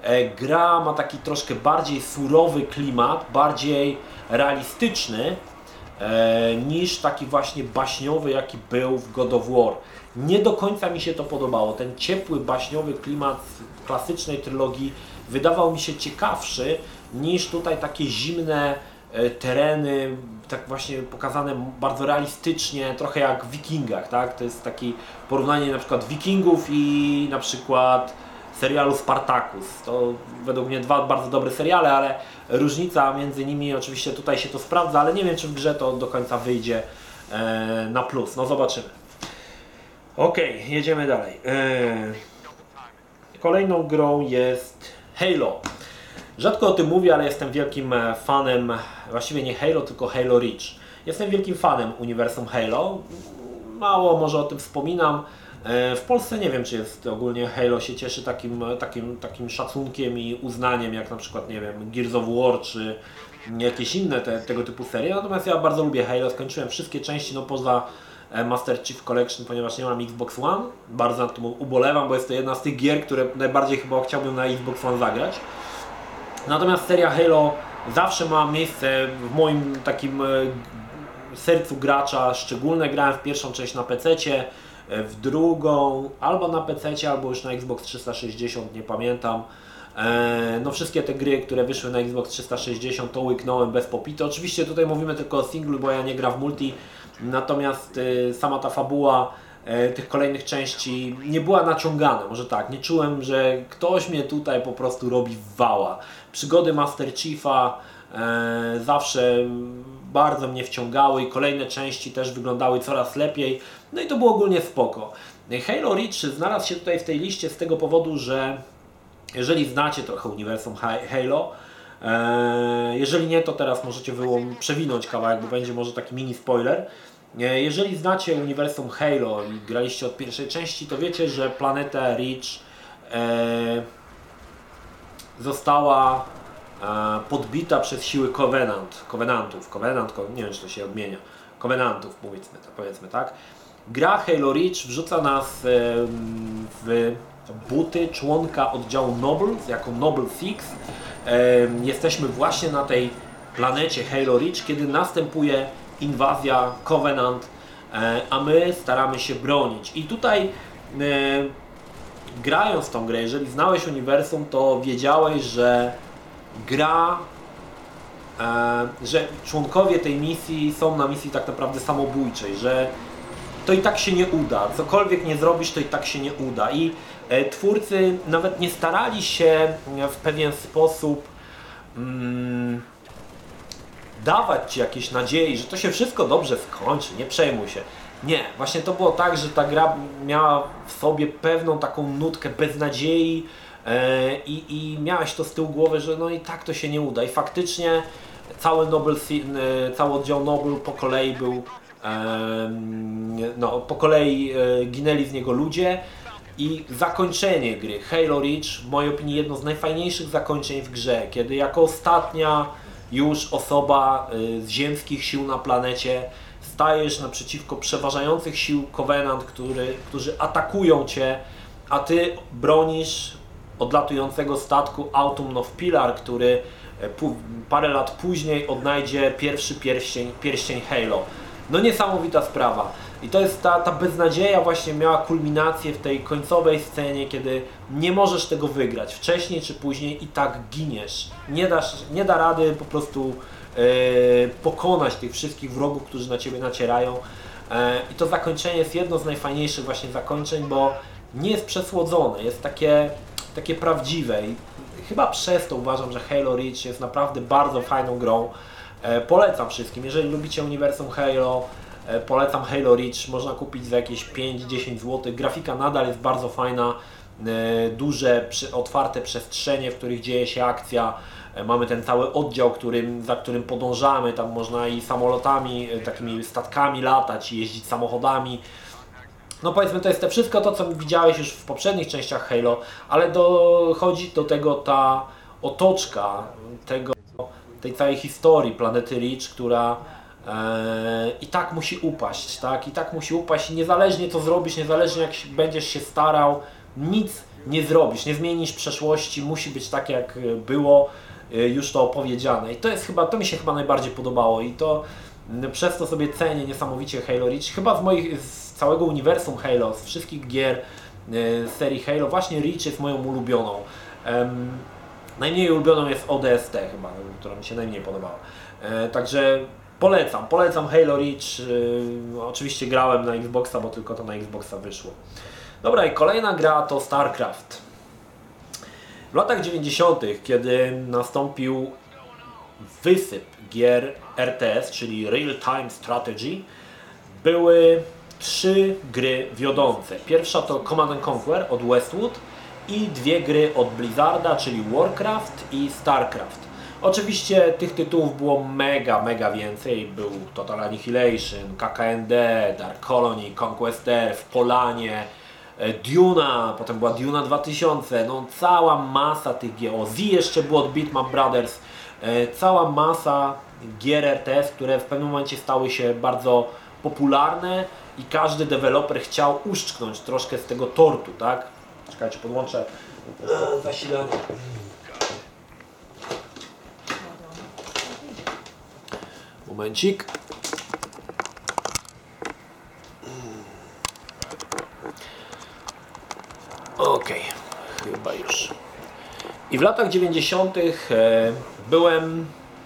Gra ma taki troszkę bardziej surowy klimat, bardziej realistyczny e, niż taki właśnie baśniowy, jaki był w God of War. Nie do końca mi się to podobało. Ten ciepły, baśniowy klimat z klasycznej trylogii wydawał mi się ciekawszy niż tutaj takie zimne e, tereny, tak właśnie pokazane bardzo realistycznie, trochę jak w Wikingach, tak? To jest takie porównanie na przykład Wikingów i na przykład serialu Spartacus. To według mnie dwa bardzo dobre seriale, ale różnica między nimi oczywiście tutaj się to sprawdza, ale nie wiem, czy w grze to do końca wyjdzie e, na plus. No zobaczymy. Ok, jedziemy dalej. E, kolejną grą jest Halo. Rzadko o tym mówię, ale jestem wielkim fanem, właściwie nie Halo, tylko Halo Reach. Jestem wielkim fanem uniwersum Halo. Mało może o tym wspominam. W Polsce nie wiem, czy jest ogólnie Halo się cieszy takim, takim, takim szacunkiem i uznaniem jak na przykład, nie wiem, Gears of War czy jakieś inne te, tego typu serie. Natomiast ja bardzo lubię Halo, skończyłem wszystkie części, no poza Master Chief Collection, ponieważ nie mam Xbox One. Bardzo nad tym ubolewam, bo jest to jedna z tych gier, które najbardziej chyba chciałbym na Xbox One zagrać. Natomiast seria Halo zawsze ma miejsce w moim takim sercu gracza szczególne. Grałem w pierwszą część na pececie, w drugą albo na pececie, albo już na Xbox trzysta sześćdziesiąt, nie pamiętam. No wszystkie te gry, które wyszły na Xbox trzysta sześćdziesiąt, to łyknąłem bez popity. Oczywiście tutaj mówimy tylko o singlu, bo ja nie gram w multi, natomiast sama ta fabuła tych kolejnych części nie była naciągana, może tak, nie czułem, że ktoś mnie tutaj po prostu robi wała. Przygody Master Chiefa e, zawsze bardzo mnie wciągały i kolejne części też wyglądały coraz lepiej, no i to było ogólnie spoko. Halo Reach znalazł się tutaj w tej liście z tego powodu, że jeżeli znacie trochę uniwersum Halo, e, jeżeli nie, to teraz możecie wyłom, przewinąć kawałek, bo będzie może taki mini spoiler. Jeżeli znacie uniwersum Halo i graliście od pierwszej części, to wiecie, że planeta Reach e, została e, podbita przez siły Covenant, Covenantów, Covenant, nie wiem, czy to się odmienia, Covenantów, powiedzmy, to, powiedzmy tak. Gra Halo Reach wrzuca nas e, w buty członka oddziału Nobles, jako Noble Six. E, jesteśmy właśnie na tej planecie Halo Reach, kiedy następuje inwazja Covenant, a my staramy się bronić. I tutaj e, grając w tą grę, jeżeli znałeś uniwersum, to wiedziałeś, że gra, e, że członkowie tej misji są na misji tak naprawdę samobójczej, że to i tak się nie uda. Cokolwiek nie zrobisz, to i tak się nie uda. I e, twórcy nawet nie starali się w pewien sposób mm, dawać Ci jakieś nadziei, że to się wszystko dobrze skończy, nie przejmuj się. Nie, właśnie to było tak, że ta gra miała w sobie pewną taką nutkę beznadziei yy, i miałeś to z tyłu głowy, że no i tak to się nie uda. I faktycznie cały, Noble, yy, cały oddział Noble po kolei był, yy, no po kolei yy, ginęli z niego ludzie. I zakończenie gry Halo Reach, w mojej opinii jedno z najfajniejszych zakończeń w grze, kiedy jako ostatnia już osoba z ziemskich sił na planecie stajesz naprzeciwko przeważających sił Covenant, który, którzy atakują Cię, a Ty bronisz odlatującego statku Autumn of Pillar, który parę lat później odnajdzie pierwszy pierścień, pierścień Halo. No niesamowita sprawa. I to jest ta, ta beznadzieja właśnie miała kulminację w tej końcowej scenie, kiedy nie możesz tego wygrać. Wcześniej czy później i tak giniesz. Nie, dasz, nie da rady po prostu e, pokonać tych wszystkich wrogów, którzy na Ciebie nacierają. E, I to zakończenie jest jedno z najfajniejszych właśnie zakończeń, bo nie jest przesłodzone, jest takie, takie prawdziwe. I chyba przez to uważam, że Halo Reach jest naprawdę bardzo fajną grą. E, polecam wszystkim, jeżeli lubicie uniwersum Halo, polecam Halo Reach, można kupić za jakieś pięć do dziesięciu złotych. Grafika nadal jest bardzo fajna, duże, otwarte przestrzenie, w których dzieje się akcja. Mamy ten cały oddział, którym, za którym podążamy, tam można i samolotami, takimi statkami latać, i jeździć samochodami. No powiedzmy, to jest to wszystko to, co widziałeś już w poprzednich częściach Halo, ale dochodzi do tego ta otoczka tego, tej całej historii planety Reach, która e, i tak musi upaść, tak? I tak musi upaść i niezależnie co zrobisz, niezależnie jak będziesz się starał, nic nie zrobisz, nie zmienisz przeszłości, musi być tak jak było już to opowiedziane. I to jest chyba, to mi się chyba najbardziej podobało i to przez to sobie cenię niesamowicie Halo Reach. Chyba z moich, z całego uniwersum Halo, z wszystkich gier z serii Halo, właśnie Reach jest moją ulubioną. Um, najmniej ulubioną jest O D S T chyba, która mi się najmniej podobała. E, także polecam, polecam Halo Reach. E, oczywiście grałem na Xboxa, bo tylko to na Xboxa wyszło. Dobra, i kolejna gra to StarCraft. W latach dziewięćdziesiątych, kiedy nastąpił wysyp gier R T S, czyli Real Time Strategy, były trzy gry wiodące. Pierwsza to Command and Conquer od Westwood i dwie gry od Blizzarda, czyli Warcraft i StarCraft. Oczywiście tych tytułów było mega, mega więcej. Był Total Annihilation, K K N D, Dark Colony, Conquest Earth, Polanie, Duna, potem była Duna dwa tysiące, no cała masa tych gier, o Z jeszcze było od Bitmap Brothers, e, cała masa gier R T S, które w pewnym momencie stały się bardzo popularne i każdy deweloper chciał uszczknąć troszkę z tego tortu, tak? Czekajcie, podłączę e, zasilanie. Momencik. Okej, okay, chyba już. I w latach dziewięćdziesiątych e, byłem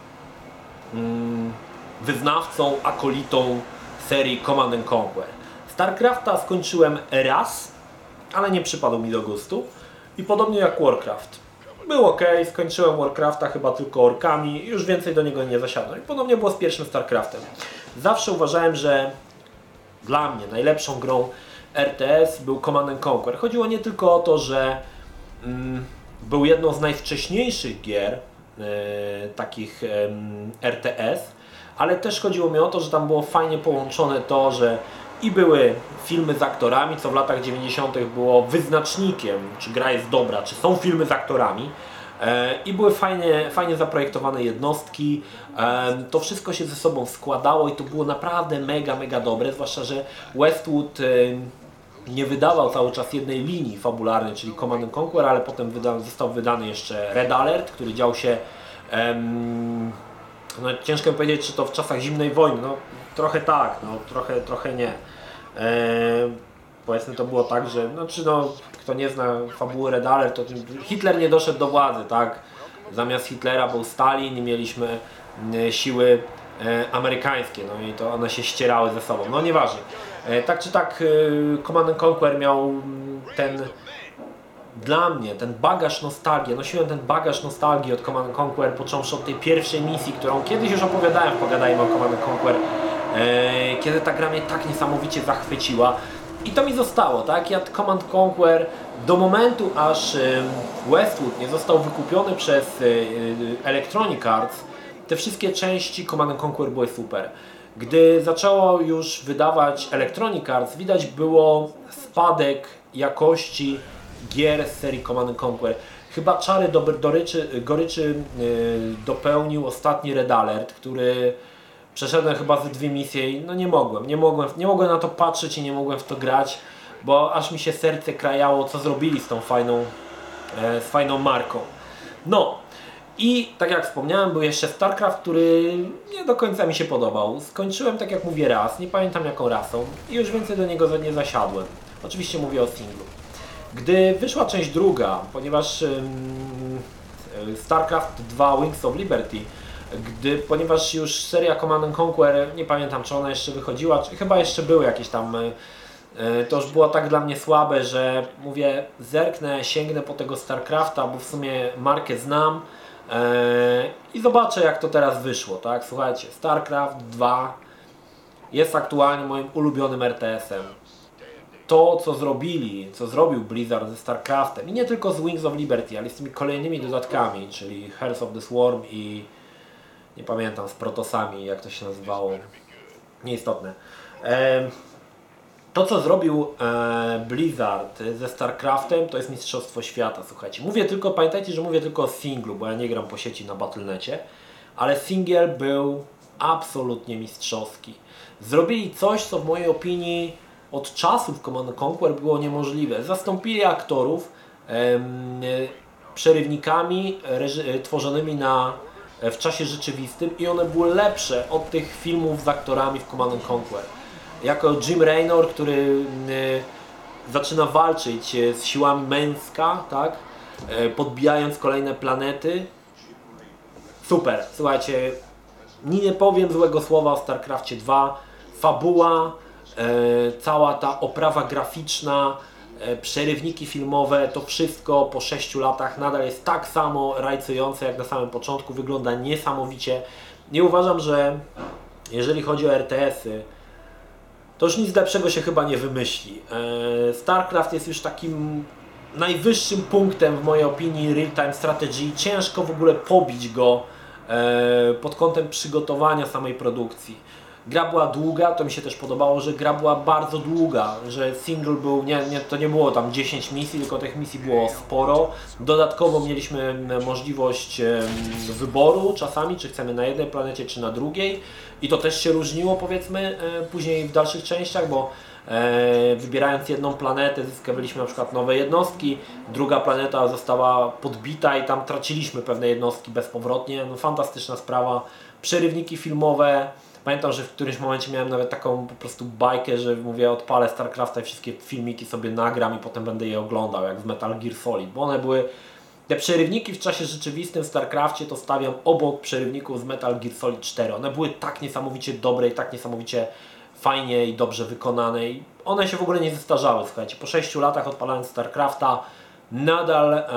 mm, wyznawcą, akolitą serii Command and Conquer. StarCrafta skończyłem raz, ale nie przypadł mi do gustu. I podobnie jak Warcraft. Był ok, skończyłem Warcrafta chyba tylko orkami, już więcej do niego nie zasiadłem. I podobnie było z pierwszym StarCraftem. Zawsze uważałem, że dla mnie najlepszą grą R T S był Command and Conquer. Chodziło nie tylko o to, że mm, był jedną z najwcześniejszych gier e, takich e, R T S, ale też chodziło mi o to, że tam było fajnie połączone to, że i były filmy z aktorami, co w latach dziewięćdziesiątych było wyznacznikiem, czy gra jest dobra, czy są filmy z aktorami. I były fajnie, fajnie zaprojektowane jednostki, to wszystko się ze sobą składało i to było naprawdę mega, mega dobre, zwłaszcza, że Westwood nie wydawał cały czas jednej linii fabularnej, czyli Command and Conquer, ale potem wyda, został wydany jeszcze Red Alert, który dział się, um, no ciężko mi powiedzieć, czy to w czasach zimnej wojny, no trochę tak, no trochę, trochę nie. E, powiedzmy to było tak, że no, czy no, kto nie zna fabuły Red Alert, to Hitler nie doszedł do władzy, tak? Zamiast Hitlera był Stalin i mieliśmy e, siły e, amerykańskie, no i to one się ścierały ze sobą, no nieważne. E, tak czy tak e, Command and Conquer miał ten, dla mnie, ten bagaż nostalgii, nosiłem ten bagaż nostalgii od Command and Conquer, począwszy od tej pierwszej misji, którą kiedyś już opowiadałem, pogadajmy o Command and Conquer, e, kiedy ta gra mnie tak niesamowicie zachwyciła. I to mi zostało, tak? Ja Command Conquer do momentu, aż Westwood nie został wykupiony przez Electronic Arts, te wszystkie części Command Conquer były super. Gdy zaczęło już wydawać Electronic Arts, widać było spadek jakości gier z serii Command Conquer. Chyba czary do, doryczy, goryczy yy, dopełnił ostatni Red Alert, który przeszedłem chyba ze dwie misje i no nie mogłem, nie mogłem, nie mogłem na to patrzeć i nie mogłem w to grać, bo aż mi się serce krajało, co zrobili z tą fajną, e, z fajną marką. No i tak jak wspomniałem, był jeszcze StarCraft, który nie do końca mi się podobał. Skończyłem, tak jak mówię, raz, nie pamiętam jaką rasą i już więcej do niego nie zasiadłem. Oczywiście mówię o singlu. Gdy wyszła część druga, ponieważ ym, StarCraft dwa Wings of Liberty, Gdy, ponieważ już seria Command and Conquer, nie pamiętam czy ona jeszcze wychodziła, czy chyba jeszcze były jakieś tam, to już było tak dla mnie słabe, że mówię, zerknę, sięgnę po tego StarCrafta, bo w sumie markę znam i zobaczę jak to teraz wyszło, tak? Słuchajcie, StarCraft dwa jest aktualnie moim ulubionym R T S-em. To co zrobili, co zrobił Blizzard ze StarCraftem i nie tylko z Wings of Liberty, ale z tymi kolejnymi dodatkami, czyli Hearth of the Swarm i nie pamiętam, z Protosami, jak to się nazywało, nieistotne. E, To, co zrobił e, Blizzard ze StarCraftem, to jest mistrzostwo świata, słuchajcie. Mówię tylko, pamiętajcie, że mówię tylko o singlu, bo ja nie gram po sieci na Battle dot necie, ale singiel był absolutnie mistrzowski. Zrobili coś, co w mojej opinii od czasów Command and Conquer było niemożliwe. Zastąpili aktorów em, przerywnikami tworzonymi na, w czasie rzeczywistym i one były lepsze od tych filmów z aktorami w Command and Conquer. Jako Jim Raynor, który y, zaczyna walczyć z siłami Męska, tak? Y, podbijając kolejne planety. Super, słuchajcie, nie powiem złego słowa o StarCraftie dwa. Fabuła, y, cała ta oprawa graficzna, y, przerywniki filmowe, to wszystko po sześciu latach nadal jest tak samo rajcujące jak na samym początku. Wygląda niesamowicie. Nie uważam, że jeżeli chodzi o R T S-y, to już nic lepszego się chyba nie wymyśli. StarCraft jest już takim najwyższym punktem w mojej opinii real-time strategy. Ciężko w ogóle pobić go pod kątem przygotowania samej produkcji. Gra była długa, to mi się też podobało, że gra była bardzo długa, że single był, nie, nie, to nie było tam dziesięć misji, tylko tych misji było sporo. Dodatkowo mieliśmy możliwość wyboru czasami, czy chcemy na jednej planecie, czy na drugiej. I to też się różniło, powiedzmy, później w dalszych częściach, bo wybierając jedną planetę zyskiwaliśmy na przykład nowe jednostki, druga planeta została podbita i tam traciliśmy pewne jednostki bezpowrotnie. No, fantastyczna sprawa. Przerywniki filmowe. Pamiętam, że w którymś momencie miałem nawet taką po prostu bajkę, że mówię, odpalę StarCrafta i wszystkie filmiki sobie nagram i potem będę je oglądał, jak w Metal Gear Solid, bo one były, te przerywniki w czasie rzeczywistym w StarCraftie to stawiam obok przerywników z Metal Gear Solid cztery. One były tak niesamowicie dobre i tak niesamowicie fajnie i dobrze wykonane i one się w ogóle nie zestarzały, słuchajcie. Po sześciu latach odpalając StarCrafta nadal e,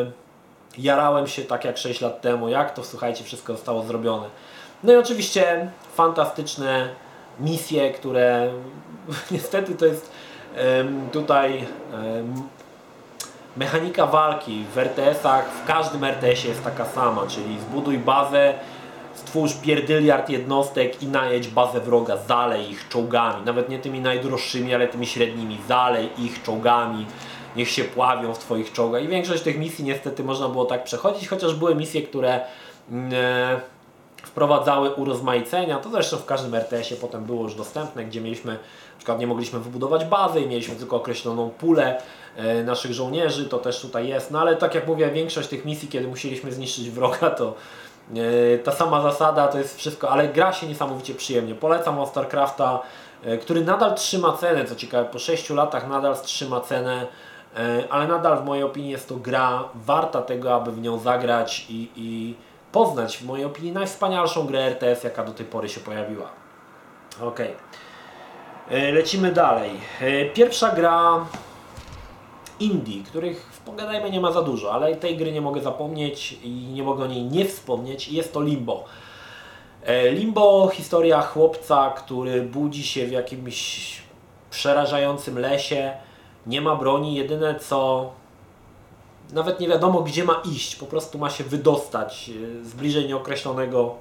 jarałem się tak jak sześć lat temu, jak to, słuchajcie, wszystko zostało zrobione. No i oczywiście fantastyczne misje, które niestety to jest um, tutaj um, mechanika walki w R T S-ach, w każdym R T S-ie jest taka sama, czyli zbuduj bazę, stwórz pierdyliard jednostek i najedź bazę wroga, zalej ich czołgami, nawet nie tymi najdroższymi, ale tymi średnimi, zalej ich czołgami, niech się pławią w Twoich czołgach i większość tych misji niestety można było tak przechodzić, chociaż były misje, które e, wprowadzały urozmaicenia, to zresztą w każdym R T S-ie potem było już dostępne, gdzie mieliśmy, na przykład nie mogliśmy wybudować bazy i mieliśmy tylko określoną pulę e, naszych żołnierzy, to też tutaj jest, no ale tak jak mówię, większość tych misji, kiedy musieliśmy zniszczyć wroga, to e, ta sama zasada, to jest wszystko, ale gra się niesamowicie przyjemnie. Polecam o StarCrafta, e, który nadal trzyma cenę, co ciekawe, po sześciu latach nadal trzyma cenę, e, ale nadal w mojej opinii jest to gra warta tego, aby w nią zagrać i, i poznać, w mojej opinii, najwspanialszą grę R T S, jaka do tej pory się pojawiła. Ok. Lecimy dalej. Pierwsza gra indie, których pogadajmy nie ma za dużo, ale tej gry nie mogę zapomnieć i nie mogę o niej nie wspomnieć. Jest to Limbo. Limbo, historia chłopca, który budzi się w jakimś przerażającym lesie. Nie ma broni, jedyne co... Nawet nie wiadomo, gdzie ma iść, po prostu ma się wydostać z bliżej nieokreślonego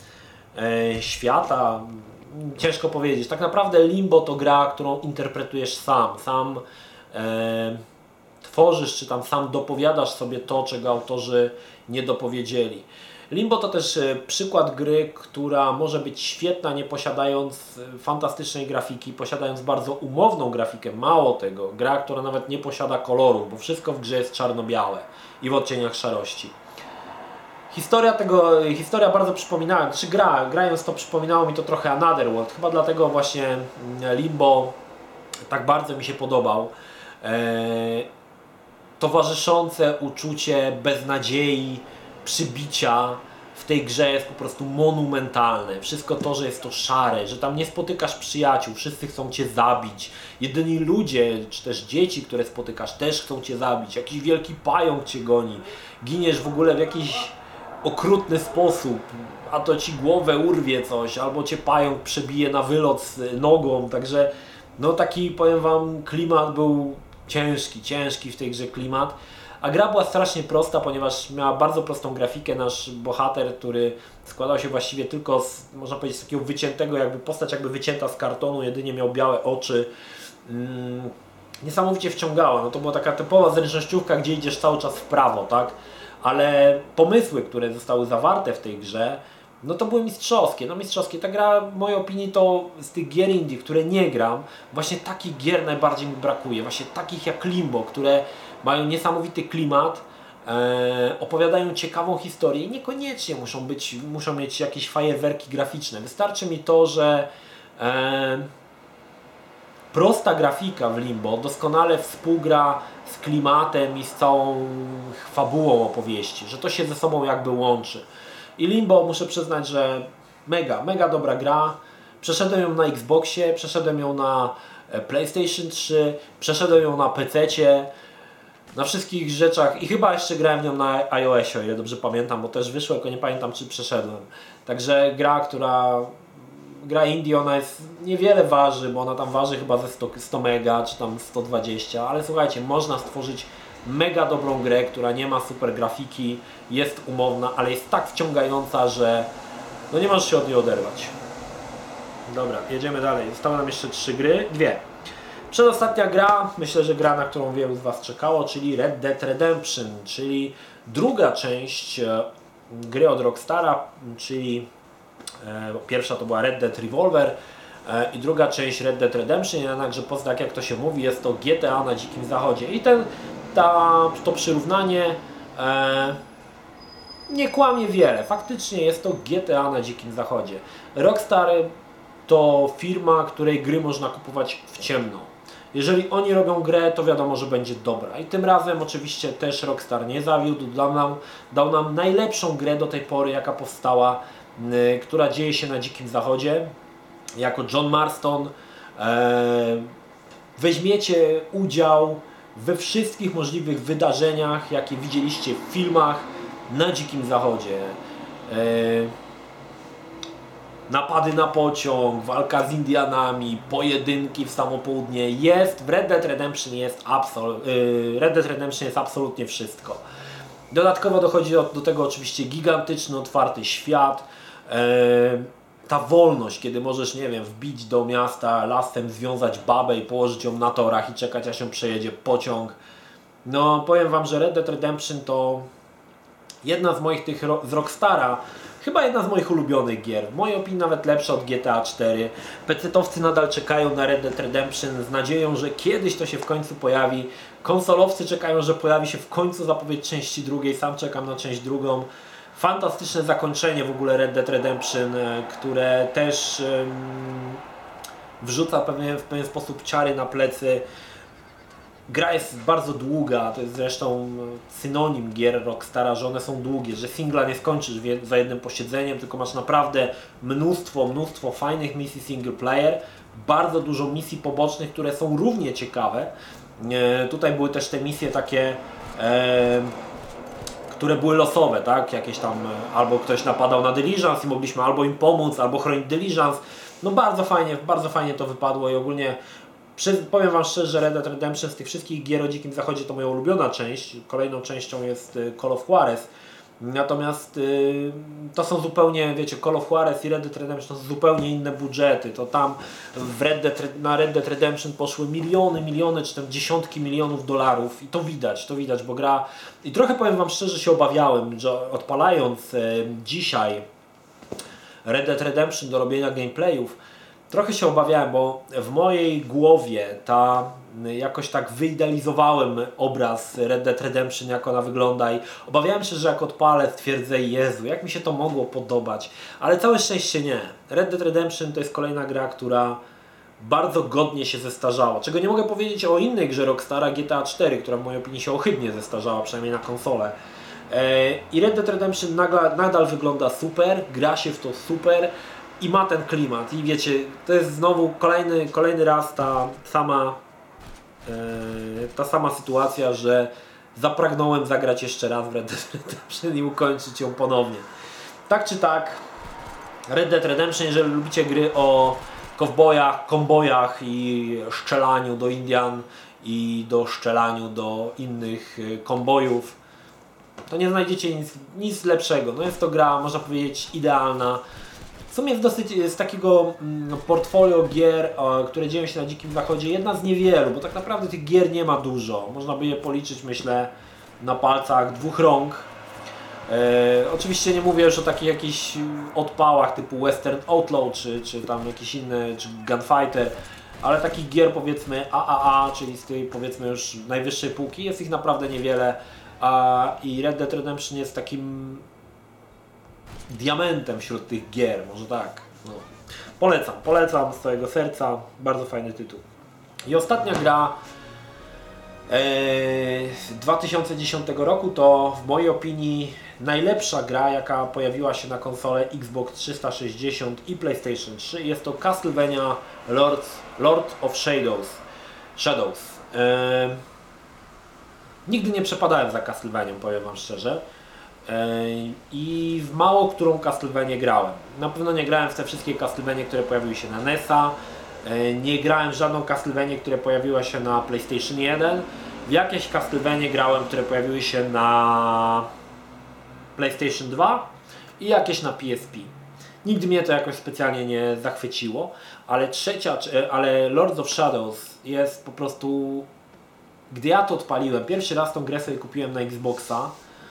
e, świata. Ciężko powiedzieć. Tak naprawdę Limbo to gra, którą interpretujesz sam. Sam e, tworzysz, czy tam sam dopowiadasz sobie to, czego autorzy nie dopowiedzieli. Limbo to też przykład gry, która może być świetna, nie posiadając fantastycznej grafiki, posiadając bardzo umowną grafikę. Mało tego, gra, która nawet nie posiada koloru, bo wszystko w grze jest czarno-białe i w odcieniach szarości. Historia tego, historia bardzo przypominała, czy gra, grając to przypominało mi to trochę Anotherworld. Chyba dlatego właśnie Limbo tak bardzo mi się podobał. Eee, towarzyszące uczucie beznadziei, przybicia w tej grze jest po prostu monumentalne. Wszystko to, że jest to szare, że tam nie spotykasz przyjaciół, wszyscy chcą Cię zabić. Jedyni ludzie, czy też dzieci, które spotykasz, też chcą Cię zabić. Jakiś wielki pająk Cię goni. Giniesz w ogóle w jakiś okrutny sposób. A to Ci głowę urwie coś, albo Cię pająk przebije na wylot z nogą. Także no taki, powiem Wam, klimat był ciężki, ciężki w tej grze klimat. A gra była strasznie prosta, ponieważ miała bardzo prostą grafikę. Nasz bohater, który składał się właściwie tylko z, można powiedzieć, z takiego wyciętego, jakby postać jakby wycięta z kartonu, jedynie miał białe oczy, mm, niesamowicie wciągała. No to była taka typowa zręcznościówka, gdzie idziesz cały czas w prawo, tak? Ale pomysły, które zostały zawarte w tej grze, no to były mistrzowskie, no mistrzowskie. Ta gra, w mojej opinii, to z tych gier indie, w które nie gram, właśnie takich gier najbardziej mi brakuje. Właśnie takich jak Limbo, które mają niesamowity klimat, e, opowiadają ciekawą historię i niekoniecznie muszą być, muszą mieć jakieś fajerwerki graficzne. Wystarczy mi to, że e, prosta grafika w Limbo doskonale współgra z klimatem i z całą fabułą opowieści, że to się ze sobą jakby łączy. I Limbo, muszę przyznać, że mega, mega dobra gra. Przeszedłem ją na Xboxie, przeszedłem ją na PlayStation trzy, przeszedłem ją na pececie, na wszystkich rzeczach i chyba jeszcze grałem w nią na iOSie, o ile dobrze pamiętam, bo też wyszło, tylko nie pamiętam, czy przeszedłem. Także gra, która... Gra indie, ona jest niewiele waży, bo ona tam waży chyba ze sto mega, czy tam sto dwadzieścia, ale słuchajcie, można stworzyć mega dobrą grę, która nie ma super grafiki, jest umowna, ale jest tak wciągająca, że no nie możesz się od niej oderwać. Dobra, jedziemy dalej. Zostały nam jeszcze trzy gry, dwie. Przedostatnia gra, myślę, że gra, na którą wielu z Was czekało, czyli Red Dead Redemption, czyli druga część gry od Rockstara, czyli e, pierwsza to była Red Dead Revolver e, i druga część Red Dead Redemption, jednakże poza, tak jak to się mówi, jest to G T A na Dzikim Zachodzie. I ten, ta, to przyrównanie e, nie kłamie wiele. Faktycznie jest to G T A na Dzikim Zachodzie. Rockstar to firma, której gry można kupować w ciemno. Jeżeli oni robią grę, to wiadomo, że będzie dobra. I tym razem oczywiście też Rockstar nie zawiódł. Dał nam, dał nam najlepszą grę do tej pory, jaka powstała, yy, która dzieje się na Dzikim Zachodzie. Jako John Marston yy, weźmiecie udział we wszystkich możliwych wydarzeniach, jakie widzieliście w filmach na Dzikim Zachodzie. Yy, Napady na pociąg, walka z Indianami, pojedynki w samo południe. Jest, w Red Dead Redemption jest, absol, yy, Red Dead Redemption jest absolutnie wszystko. Dodatkowo dochodzi do, do tego oczywiście gigantyczny, otwarty świat. Yy, ta wolność, kiedy możesz, nie wiem, wbić do miasta lasem, związać babę i położyć ją na torach i czekać, aż się przejedzie pociąg. No, powiem Wam, że Red Dead Redemption to jedna z moich tych ro z Rockstara, chyba jedna z moich ulubionych gier. W mojej opinii nawet lepsza od G T A cztery. Pecetowcy nadal czekają na Red Dead Redemption z nadzieją, że kiedyś to się w końcu pojawi. Konsolowcy czekają, że pojawi się w końcu zapowiedź części drugiej. Sam czekam na część drugą. Fantastyczne zakończenie w ogóle Red Dead Redemption, które też um, wrzuca pewnie, w pewien sposób ciary na plecy. Gra jest bardzo długa, to jest zresztą synonim gier Rockstara, że one są długie, że singla nie skończysz za jednym posiedzeniem, tylko masz naprawdę mnóstwo, mnóstwo fajnych misji single player, bardzo dużo misji pobocznych, które są równie ciekawe. E, tutaj były też te misje takie, e, które były losowe, tak? Jakieś tam, albo ktoś napadał na Diligence i mogliśmy albo im pomóc, albo chronić Diligence. No bardzo fajnie, bardzo fajnie to wypadło i ogólnie powiem Wam szczerze, że Red Dead Redemption z tych wszystkich gier o Dzikim Zachodzie to moja ulubiona część. Kolejną częścią jest Call of Juarez. Natomiast yy, to są zupełnie, wiecie, Call of Juarez i Red Dead Redemption to są zupełnie inne budżety. To tam w Red Dead, na Red Dead Redemption poszły miliony, miliony, czy tam dziesiątki milionów dolarów. I to widać, to widać, bo gra... I trochę powiem Wam szczerze, się obawiałem, że odpalając yy, dzisiaj Red Dead Redemption do robienia gameplayów, trochę się obawiałem, bo w mojej głowie ta, jakoś tak wyidealizowałem obraz Red Dead Redemption, jak ona wygląda i obawiałem się, że jak odpalę, stwierdzę, Jezu, jak mi się to mogło podobać, ale całe szczęście nie. Red Dead Redemption to jest kolejna gra, która bardzo godnie się zestarzała, czego nie mogę powiedzieć o innej grze Rockstara, G T A cztery, która w mojej opinii się ohydnie zestarzała, przynajmniej na konsolę. I Red Dead Redemption nadal, nadal wygląda super, gra się w to super, i ma ten klimat i wiecie, to jest znowu kolejny, kolejny raz ta sama yy, ta sama sytuacja, że zapragnąłem zagrać jeszcze raz w Red Dead Redemption i ukończyć ją ponownie. Tak czy tak, Red Dead Redemption, jeżeli lubicie gry o kowbojach, kombojach i strzelaniu do Indian i do strzelaniu do innych kombojów, to nie znajdziecie nic, nic lepszego. No jest to gra, można powiedzieć, idealna. W sumie jest dosyć z takiego mm, portfolio gier, o, które dzieją się na Dzikim Zachodzie, jedna z niewielu, bo tak naprawdę tych gier nie ma dużo. Można by je policzyć, myślę, na palcach dwóch rąk. E, oczywiście nie mówię już o takich jakichś odpałach typu Western Outlaw, czy, czy tam jakieś inne, czy Gunfighter, ale takich gier powiedzmy A A A, czyli z tej powiedzmy już najwyższej półki, jest ich naprawdę niewiele. A, i Red Dead Redemption jest takim diamentem wśród tych gier, może tak. No. Polecam, polecam z całego serca, bardzo fajny tytuł. I ostatnia gra e, z dwa tysiące dziesiątego roku to w mojej opinii najlepsza gra, jaka pojawiła się na konsolę Xbox trzysta sześćdziesiąt i PlayStation trzy. Jest to Castlevania Lords, Lord of Shadows. Shadows. E, nigdy nie przepadałem za Castlevanią, powiem Wam szczerze. I w mało którą Castlevanię grałem. Na pewno nie grałem w te wszystkie Castlevanie, które pojawiły się na N E S a. Nie grałem w żadną Castlevanię, która pojawiła się na PlayStation jeden. W jakieś Castlevanie grałem, które pojawiły się na PlayStation dwa i jakieś na P S P. Nigdy mnie to jakoś specjalnie nie zachwyciło, ale trzecia, ale Lords of Shadows jest po prostu... Gdy ja to odpaliłem, pierwszy raz tą grę sobie kupiłem na Xboxa.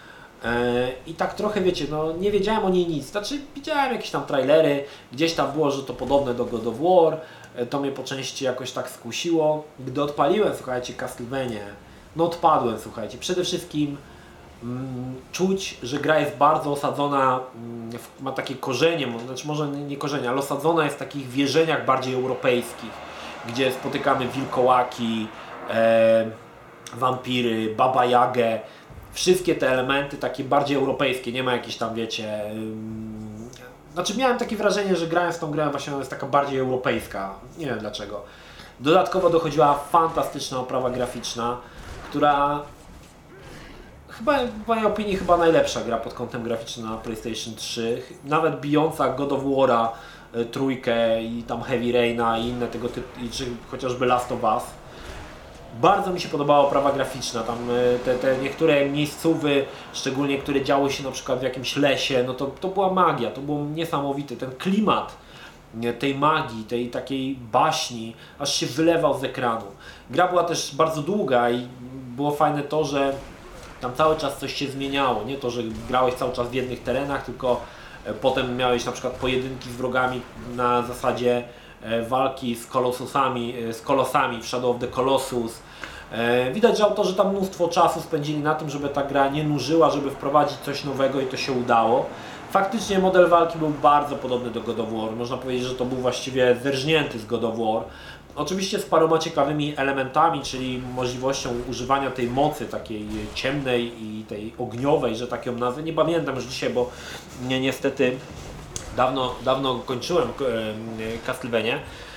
I tak trochę wiecie, no nie wiedziałem o niej nic, znaczy widziałem jakieś tam trailery, gdzieś tam było, że to podobne do God of War, to mnie po części jakoś tak skusiło. Gdy odpaliłem, słuchajcie, Castlevanię, no odpadłem, słuchajcie, przede wszystkim mm, czuć, że gra jest bardzo osadzona, mm, ma takie korzenie, znaczy może nie korzenie, ale osadzona jest w takich wierzeniach bardziej europejskich, gdzie spotykamy wilkołaki, e, wampiry, Baba Jagę. Wszystkie te elementy takie bardziej europejskie, nie ma jakieś tam wiecie... Yy... Znaczy miałem takie wrażenie, że grając w tą grę właśnie ona jest taka bardziej europejska, nie wiem dlaczego. Dodatkowo dochodziła fantastyczna oprawa graficzna, która chyba w mojej opinii chyba najlepsza gra pod kątem graficznym na PlayStation trzy, nawet bijąca God of War'a, y, trójkę i tam Heavy Raina i inne tego typu, czy chociażby Last of Us. Bardzo mi się podobała oprawa graficzna, tam te, te niektóre miejscówy, szczególnie które działy się na przykład w jakimś lesie, no to, to była magia, to było niesamowite, ten klimat tej magii, tej takiej baśni, aż się wylewał z ekranu. Gra była też bardzo długa i było fajne to, że tam cały czas coś się zmieniało, nie to, że grałeś cały czas w jednych terenach, tylko potem miałeś na przykład pojedynki z wrogami na zasadzie walki z kolosami, z kolosami w Shadow of the Colossus. Widać, że autorzy tam mnóstwo czasu spędzili na tym, żeby ta gra nie nużyła, żeby wprowadzić coś nowego i to się udało. Faktycznie model walki był bardzo podobny do God of War. Można powiedzieć, że to był właściwie zerżnięty z God of War. Oczywiście z paroma ciekawymi elementami, czyli możliwością używania tej mocy takiej ciemnej i tej ogniowej, że tak ją nazwę. Nie pamiętam już dzisiaj, bo nie, niestety Dawno, dawno kończyłem Castlevanię,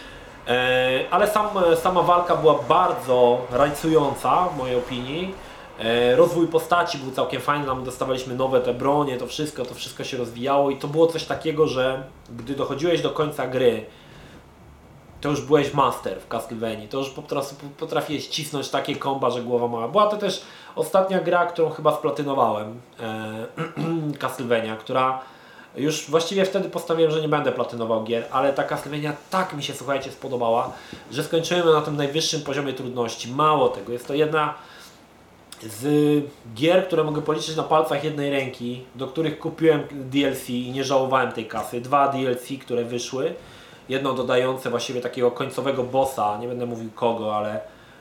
ale sam, sama walka była bardzo rajcująca w mojej opinii. Rozwój postaci był całkiem fajny, nam dostawaliśmy nowe te bronie, to wszystko, to wszystko się rozwijało i to było coś takiego, że gdy dochodziłeś do końca gry, to już byłeś master w Castlevanii, to już po prostu potrafiłeś cisnąć takie komba, że głowa mała. Była to też ostatnia gra, którą chyba splatynowałem, Castlevania, która już właściwie wtedy postawiłem, że nie będę platynował gier, ale ta Castlevania tak mi się, słuchajcie, spodobała, że skończyłem na tym najwyższym poziomie trudności. Mało tego, jest to jedna z gier, które mogę policzyć na palcach jednej ręki, do których kupiłem D L C i nie żałowałem tej kasy. Dwa D L C, które wyszły, jedno dodające właściwie takiego końcowego bossa, nie będę mówił kogo, ale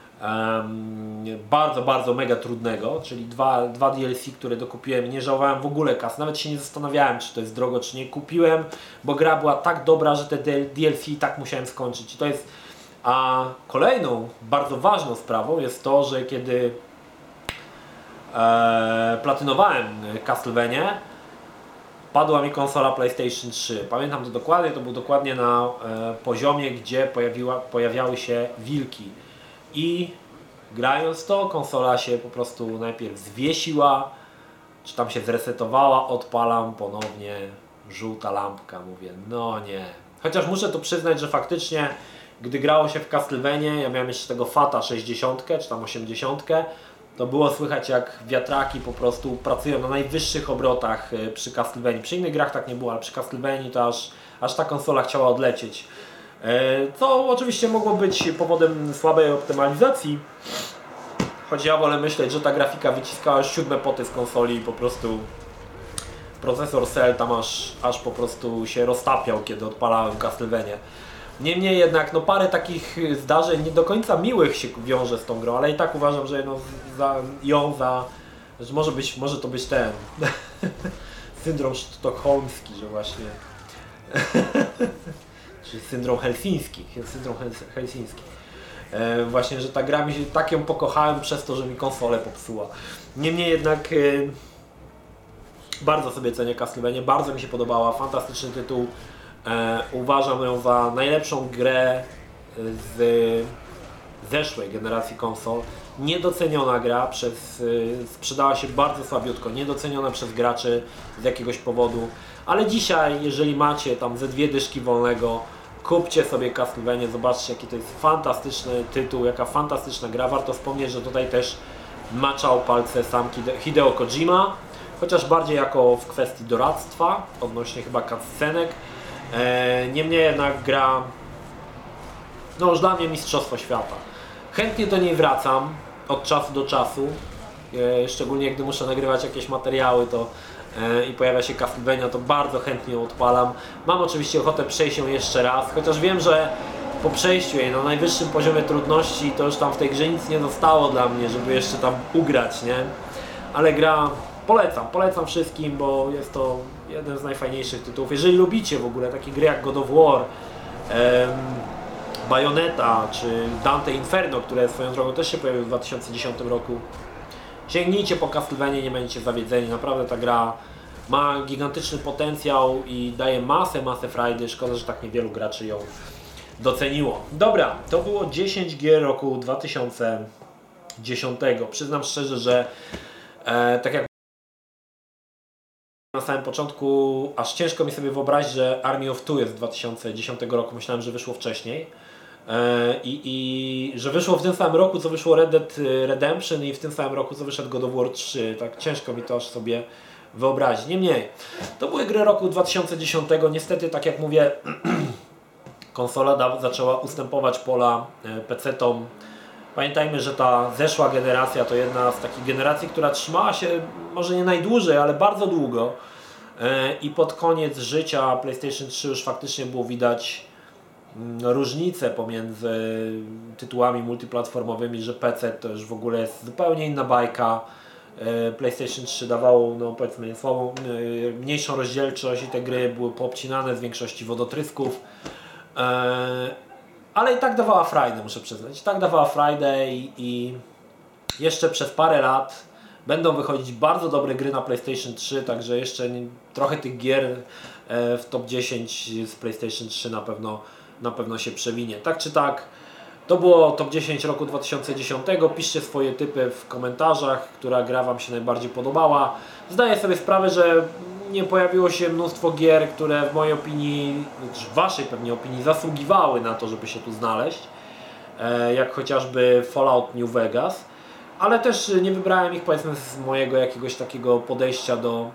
Um, bardzo, bardzo mega trudnego, czyli dwa, dwa D L C, które dokupiłem i nie żałowałem w ogóle kasy, nawet się nie zastanawiałem, czy to jest drogo, czy nie. Kupiłem, bo gra była tak dobra, że te D L C i tak musiałem skończyć. I to jest, a kolejną bardzo ważną sprawą jest to, że kiedy e, platynowałem Castlevanię, padła mi konsola PlayStation trzy. Pamiętam to dokładnie, to był dokładnie na e, poziomie, gdzie pojawiła, pojawiały się wilki. I grając to, konsola się po prostu najpierw zwiesiła, czy tam się zresetowała, odpalam ponownie, żółta lampka, mówię, no nie. Chociaż muszę to przyznać, że faktycznie, gdy grało się w Castlevanię, ja miałem jeszcze tego Fata sześćdziesiąt, czy tam osiemdziesiąt, to było słychać jak wiatraki po prostu pracują na najwyższych obrotach przy Castlevanii. Przy innych grach tak nie było, ale przy Castlevanii to aż, aż ta konsola chciała odlecieć. Co oczywiście mogło być powodem słabej optymalizacji, choć ja wolę myśleć, że ta grafika wyciskała siódme poty z konsoli i po prostu procesor Cell tam aż, aż po prostu się roztapiał, kiedy odpalałem Castlevanię. Niemniej jednak no parę takich zdarzeń nie do końca miłych się wiąże z tą grą, ale i tak uważam, że no, za, ją za... że może, być, może to być ten syndrom sztokholmski, że właśnie czy syndrom helsiński, syndrom helsiński. E, właśnie, że ta gra mi się, tak ją pokochałem przez to, że mi konsolę popsuła. Niemniej jednak e, bardzo sobie cenię Castlevanię, bardzo mi się podobała, fantastyczny tytuł. E, uważam ją za najlepszą grę z zeszłej generacji konsol. Niedoceniona gra, przez, y, sprzedała się bardzo słabiutko, niedoceniona przez graczy z jakiegoś powodu. Ale dzisiaj, jeżeli macie tam ze dwie dyszki wolnego, kupcie sobie Castlevanię, zobaczcie jaki to jest fantastyczny tytuł, jaka fantastyczna gra. Warto wspomnieć, że tutaj też maczał palce sam Hideo Kojima, chociaż bardziej jako w kwestii doradztwa, odnośnie chyba cutscenek. E, niemniej jednak gra, no już dla mnie mistrzostwo świata. Chętnie do niej wracam od czasu do czasu, e, szczególnie gdy muszę nagrywać jakieś materiały to, e, i pojawia się Castlevania, to bardzo chętnie ją odpalam. Mam oczywiście ochotę przejść ją jeszcze raz, chociaż wiem, że po przejściu jej na najwyższym poziomie trudności to już tam w tej grze nic nie zostało dla mnie, żeby jeszcze tam ugrać, nie? Ale gra polecam, polecam wszystkim, bo jest to jeden z najfajniejszych tytułów. Jeżeli lubicie w ogóle takie gry jak God of War, em, Bayonetta czy Dante Inferno, które swoją drogą też się pojawiły w dwa tysiące dziesiątym roku, sięgnijcie po Castlevanię, nie będziecie zawiedzeni. Naprawdę ta gra ma gigantyczny potencjał i daje masę, masę frajdy. Szkoda, że tak niewielu graczy ją doceniło. Dobra, to było dziesięć gier roku dwa tysiące dziesiątego. Przyznam szczerze, że e, tak jak na samym początku, aż ciężko mi sobie wyobrazić, że Army of Two jest z dwa tysiące dziesiątego roku. Myślałem, że wyszło wcześniej. I, i że wyszło w tym samym roku, co wyszło Red Dead Redemption i w tym samym roku, co wyszedł God of War trzy. Tak ciężko mi to aż sobie wyobrazić. Niemniej, to były gry roku dwa tysiące dziesiątego. Niestety, tak jak mówię, konsola da, zaczęła ustępować pola pecetom. Pamiętajmy, że ta zeszła generacja to jedna z takich generacji, która trzymała się może nie najdłużej, ale bardzo długo. I pod koniec życia PlayStation trzy już faktycznie było widać różnice pomiędzy tytułami multiplatformowymi, że P C to już w ogóle jest zupełnie inna bajka. PlayStation trzy dawało, no powiedzmy słabą, mniejszą rozdzielczość i te gry były poobcinane z większości wodotrysków. Ale i tak dawała frajdę, muszę przyznać. I tak dawała frajdę i, i jeszcze przez parę lat będą wychodzić bardzo dobre gry na PlayStation trzy, także jeszcze nie, trochę tych gier w top dziesięć z PlayStation trzy na pewno, na pewno się przewinie. Tak czy tak, to było top dziesięć roku dwa tysiące dziesiątego. Piszcie swoje typy w komentarzach, która gra Wam się najbardziej podobała. Zdaję sobie sprawę, że nie pojawiło się mnóstwo gier, które w mojej opinii, czy w Waszej pewnie opinii, zasługiwały na to, żeby się tu znaleźć. Jak chociażby Fallout New Vegas. Ale też nie wybrałem ich, powiedzmy, z mojego jakiegoś takiego podejścia do...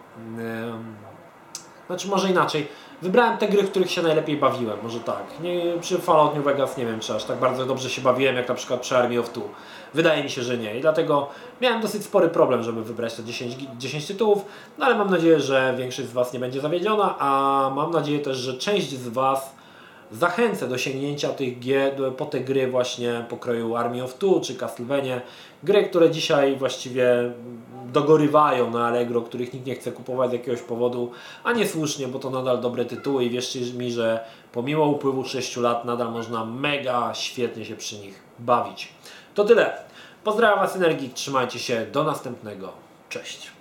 Yy, znaczy może inaczej. Wybrałem te gry, w których się najlepiej bawiłem, może tak. Nie, przy Fallout New Vegas nie wiem, czy aż tak bardzo dobrze się bawiłem, jak na przykład przy Army of Two. Wydaje mi się, że nie. I dlatego miałem dosyć spory problem, żeby wybrać te dziesięć, dziesięć tytułów. No ale mam nadzieję, że większość z Was nie będzie zawiedziona, a mam nadzieję też, że część z Was zachęcę do sięgnięcia tych gier, po te gry właśnie pokroju Army of Two czy Castlevania. Gry, które dzisiaj właściwie dogorywają na Allegro, których nikt nie chce kupować z jakiegoś powodu, a niesłusznie, bo to nadal dobre tytuły i wierzcie mi, że pomimo upływu sześciu lat nadal można mega świetnie się przy nich bawić. To tyle. Pozdrawiam Was, Energik, trzymajcie się, do następnego. Cześć.